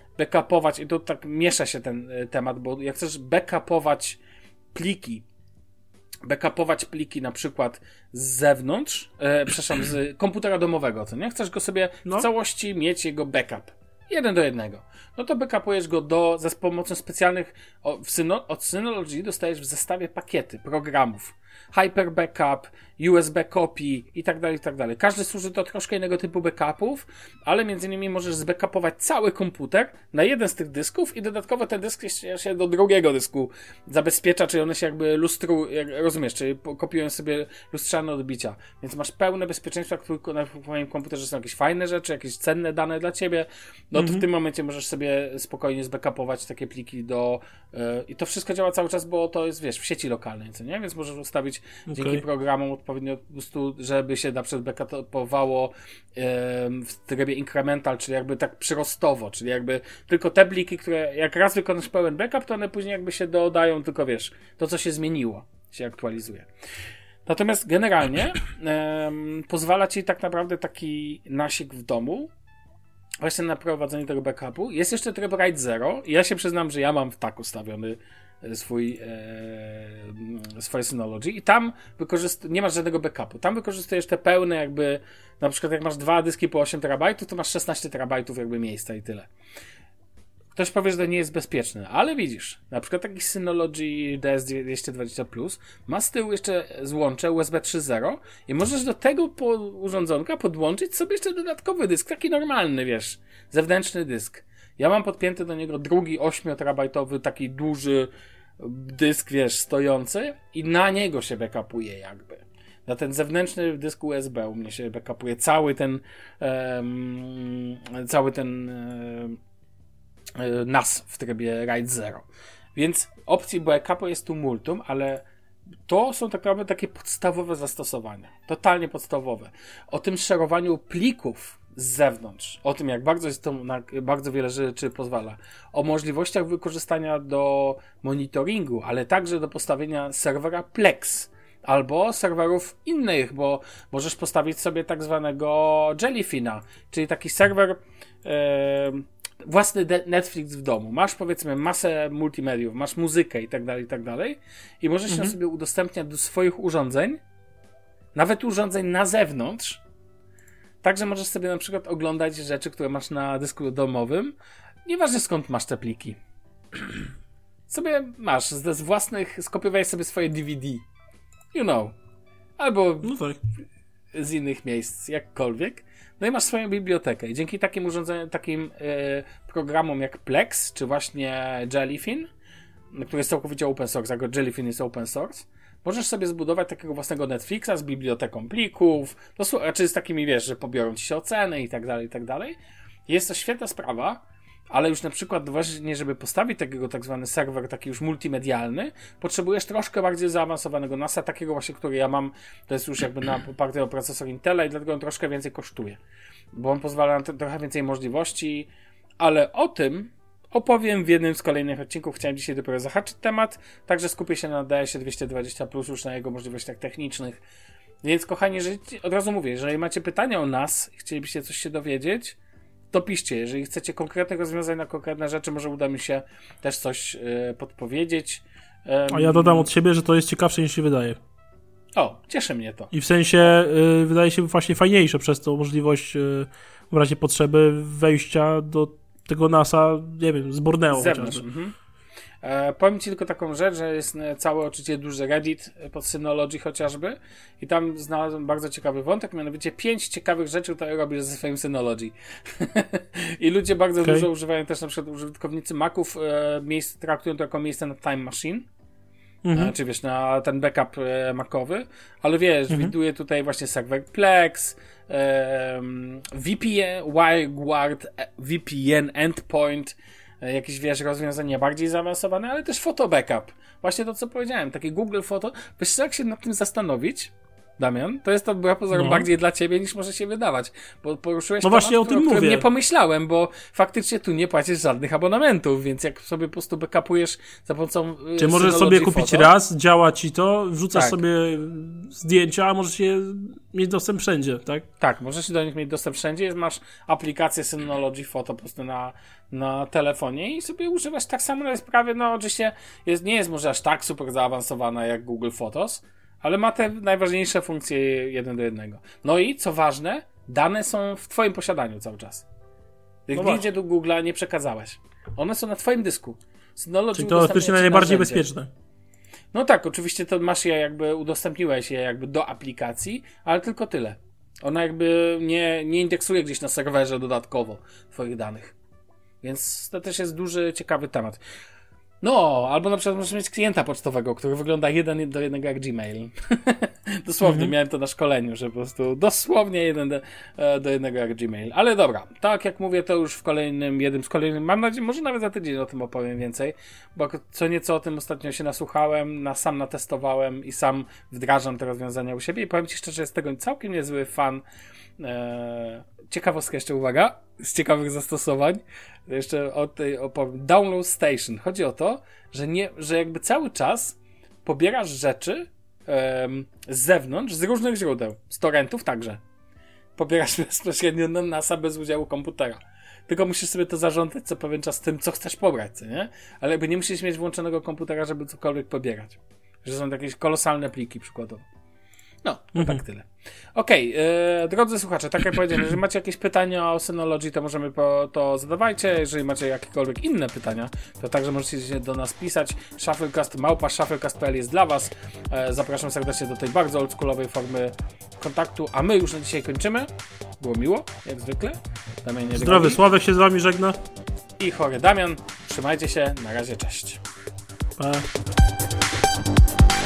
backupować, i tu tak miesza się ten y, temat, bo jak chcesz backupować pliki, backupować pliki na przykład z zewnątrz, e, przepraszam, z komputera domowego, co nie? Chcesz go sobie No. w całości mieć jego backup. Jeden do jednego. No to backupujesz go do, za pomocą specjalnych, o, w Syno, od Synology dostajesz w zestawie pakiety programów. Hyper Backup, U S B Copy i tak dalej, i tak dalej. Każdy służy do troszkę innego typu backupów, ale między innymi możesz zbackupować cały komputer na jeden z tych dysków i dodatkowo ten dysk jeszcze się do drugiego dysku zabezpiecza, czyli one się jakby lustrują, rozumiesz, czyli kopiują sobie lustrzane odbicia. Więc masz pełne bezpieczeństwo, jak na twoim komputerze są jakieś fajne rzeczy, jakieś cenne dane dla ciebie, no to Mhm. w tym momencie możesz sobie spokojnie zbackupować takie pliki do... Yy, i to wszystko działa cały czas, bo to jest, wiesz, w sieci lokalnej, co nie? Więc możesz ustawić Okay. dzięki programom odpowiednio po prostu, żeby się na przykład backupowało yy, w trybie incremental, czyli jakby tak przyrostowo, czyli jakby tylko te pliki, które jak raz wykonasz pełen backup, to one później jakby się dodają, tylko wiesz, to co się zmieniło, się aktualizuje. Natomiast generalnie yy, pozwala ci tak naprawdę taki nasik w domu właśnie na prowadzenie tego backupu. Jest jeszcze tryb RAID zero i ja się przyznam, że ja mam tak ustawiony swój e, swoje Synology i tam wykorzyst- nie masz żadnego backupu. Tam wykorzystujesz te pełne jakby, na przykład jak masz dwa dyski po osiem terabajtów, to masz szesnaście terabajtów jakby miejsca i tyle. Ktoś powie, że to nie jest bezpieczne, ale widzisz, na przykład taki Synology D S dwieście dwadzieścia plus ma z tyłu jeszcze złącze U S B trzy zero i możesz do tego po- urządzonka podłączyć sobie jeszcze dodatkowy dysk, taki normalny, wiesz, zewnętrzny dysk. Ja mam podpięty do niego drugi osiem terabajtowy, taki duży dysk, wiesz, stojący i na niego się backupuje jakby. Na ten zewnętrzny dysk U S B u mnie się backupuje cały ten um, cały ten um, N A S w trybie RAID zero. Więc opcji backupu jest tu multum, ale to są tak naprawdę takie podstawowe zastosowania. Totalnie podstawowe. O tym szerowaniu plików z zewnątrz, o tym jak bardzo jest to na bardzo wiele rzeczy pozwala, o możliwościach wykorzystania do monitoringu, ale także do postawienia serwera Plex albo serwerów innych, bo możesz postawić sobie tak zwanego Jellyfina, czyli taki serwer e, własny de- Netflix w domu. Masz powiedzmy masę multimediów, masz muzykę i tak dalej, i tak dalej i możesz Mhm. ją sobie udostępniać do swoich urządzeń, nawet urządzeń na zewnątrz. Także możesz sobie na przykład oglądać rzeczy, które masz na dysku domowym. Nieważne skąd masz te pliki. Sobie masz z, z własnych, skopiowałeś sobie swoje D V D. You know. Albo No tak. z innych miejsc, jakkolwiek. No i masz swoją bibliotekę. I dzięki takim urządzeniom, takim e, programom jak Plex, czy właśnie Jellyfin, który jest całkowicie open source, jako Jellyfin jest open source, możesz sobie zbudować takiego własnego Netflixa z biblioteką plików, no, czy z takimi, wiesz, że pobiorą ci się oceny i tak dalej, i tak dalej. Jest to świetna sprawa, ale już na przykład właśnie, żeby postawić takiego tak zwany serwer, taki już multimedialny, potrzebujesz troszkę bardziej zaawansowanego nasa, takiego właśnie, który ja mam, to jest już jakby na oparty o procesor Intela i dlatego on troszkę więcej kosztuje, bo on pozwala na t- trochę więcej możliwości, ale o tym opowiem w jednym z kolejnych odcinków. Chciałem dzisiaj dopiero zahaczyć temat, także skupię się na D S dwieście dwadzieścia plus, już na jego możliwościach technicznych. Więc kochani, jeżeli, od razu mówię, jeżeli macie pytania o nas i chcielibyście coś się dowiedzieć, to piszcie. Jeżeli chcecie konkretnych rozwiązań na konkretne rzeczy, może uda mi się też coś yy, podpowiedzieć. Um, A ja dodam od siebie, że to jest ciekawsze niż się wydaje. O, cieszy mnie to. I w sensie y, wydaje się właśnie fajniejsze przez tą możliwość y, w razie potrzeby wejścia do tego nasa, nie wiem, z Borneo Z zewnątrz. chociażby. Mhm. E, powiem ci tylko taką rzecz, że jest e, cały oczywiście duży Reddit e, pod Synology chociażby i tam znalazłem bardzo ciekawy wątek, mianowicie pięć ciekawych rzeczy, które robisz ze swoim Synology. I ludzie bardzo Okay. dużo używają też, na przykład użytkownicy Maców e, miejsc, traktują to jako miejsce na Time Machine. Mhm. E, czy wiesz, na ten backup e, macowy, ale wiesz, Mhm. widuję tutaj właśnie serwer Plex, e, V P N, WireGuard, e, V P N, Endpoint, e, jakieś, wiesz, rozwiązania bardziej zaawansowane, ale też photo backup. Właśnie to, co powiedziałem, takie Google Photo. Wiesz, jak się nad tym zastanowić, Damian, to jest to była pozorom No. bardziej dla ciebie niż może się wydawać, bo poruszyłeś No temat, właśnie o tym o którym mówię. nie pomyślałem, bo faktycznie tu nie płacisz żadnych abonamentów, więc jak sobie po prostu backupujesz za pomocą y, Czy możesz Synology sobie kupić Photo, raz, działa ci to, wrzucasz Tak. sobie zdjęcia, a możesz je mieć dostęp wszędzie, tak? Tak, możesz do nich mieć dostęp wszędzie, jest, masz aplikację Synology Photo po prostu na, na telefonie i sobie używasz tak samo, no jest prawie, no oczywiście jest, nie jest może aż tak super zaawansowana jak Google Photos, ale ma te najważniejsze funkcje jeden do jednego. No i co ważne, dane są w twoim posiadaniu cały czas. No Nigdzie właśnie. do Google'a nie przekazałeś. One są na twoim dysku. Synology Czyli to udostępnia faktycznie ci najbardziej narzędzie. bezpieczne. No tak, oczywiście to masz je jakby, udostępniłeś je jakby do aplikacji, ale tylko tyle. Ona jakby nie, nie indeksuje gdzieś na serwerze dodatkowo twoich danych. Więc to też jest duży, ciekawy temat. No, albo na przykład możesz mieć klienta pocztowego, który wygląda jeden do jednego jak Gmail. Dosłownie, Mhm. miałem to na szkoleniu, że po prostu dosłownie jeden do, e, do jednego jak Gmail. Ale dobra, tak jak mówię, to już w kolejnym, jednym z kolejnych, mam nadzieję, może nawet za tydzień o tym opowiem więcej, bo co nieco o tym ostatnio się nasłuchałem, na, sam natestowałem i sam wdrażam te rozwiązania u siebie i powiem ci szczerze, jest tego całkiem niezły fan. E, ciekawostka jeszcze, uwaga, z ciekawych zastosowań. Jeszcze o tej opowiem. Download Station. Chodzi o to, że, nie, że jakby cały czas pobierasz rzeczy em, z zewnątrz, z różnych źródeł. Z torrentów także. Pobierasz bezpośrednio na NASA bez udziału komputera. Tylko musisz sobie to zarządzać co pewien czas tym, co chcesz pobrać, co nie? Ale jakby nie musisz mieć włączonego komputera, żeby cokolwiek pobierać. Że są to jakieś kolosalne pliki przykładowo. No, no Mhm. tak tyle. Okej, okay, drodzy słuchacze, tak jak powiedziałem, jeżeli macie jakieś pytania o Synology, to możemy po, to zadawajcie. Jeżeli macie jakiekolwiek inne pytania, to także możecie się do nas pisać. Shufflecast, małpa shufflecast kropka p l jest dla was. E, zapraszam serdecznie do tej bardzo oldschoolowej formy kontaktu, a my już na dzisiaj kończymy. Było miło, jak zwykle. Damian Zdrowy Sławek się z wami żegna. i chory Damian. Trzymajcie się, na razie, cześć. Pa.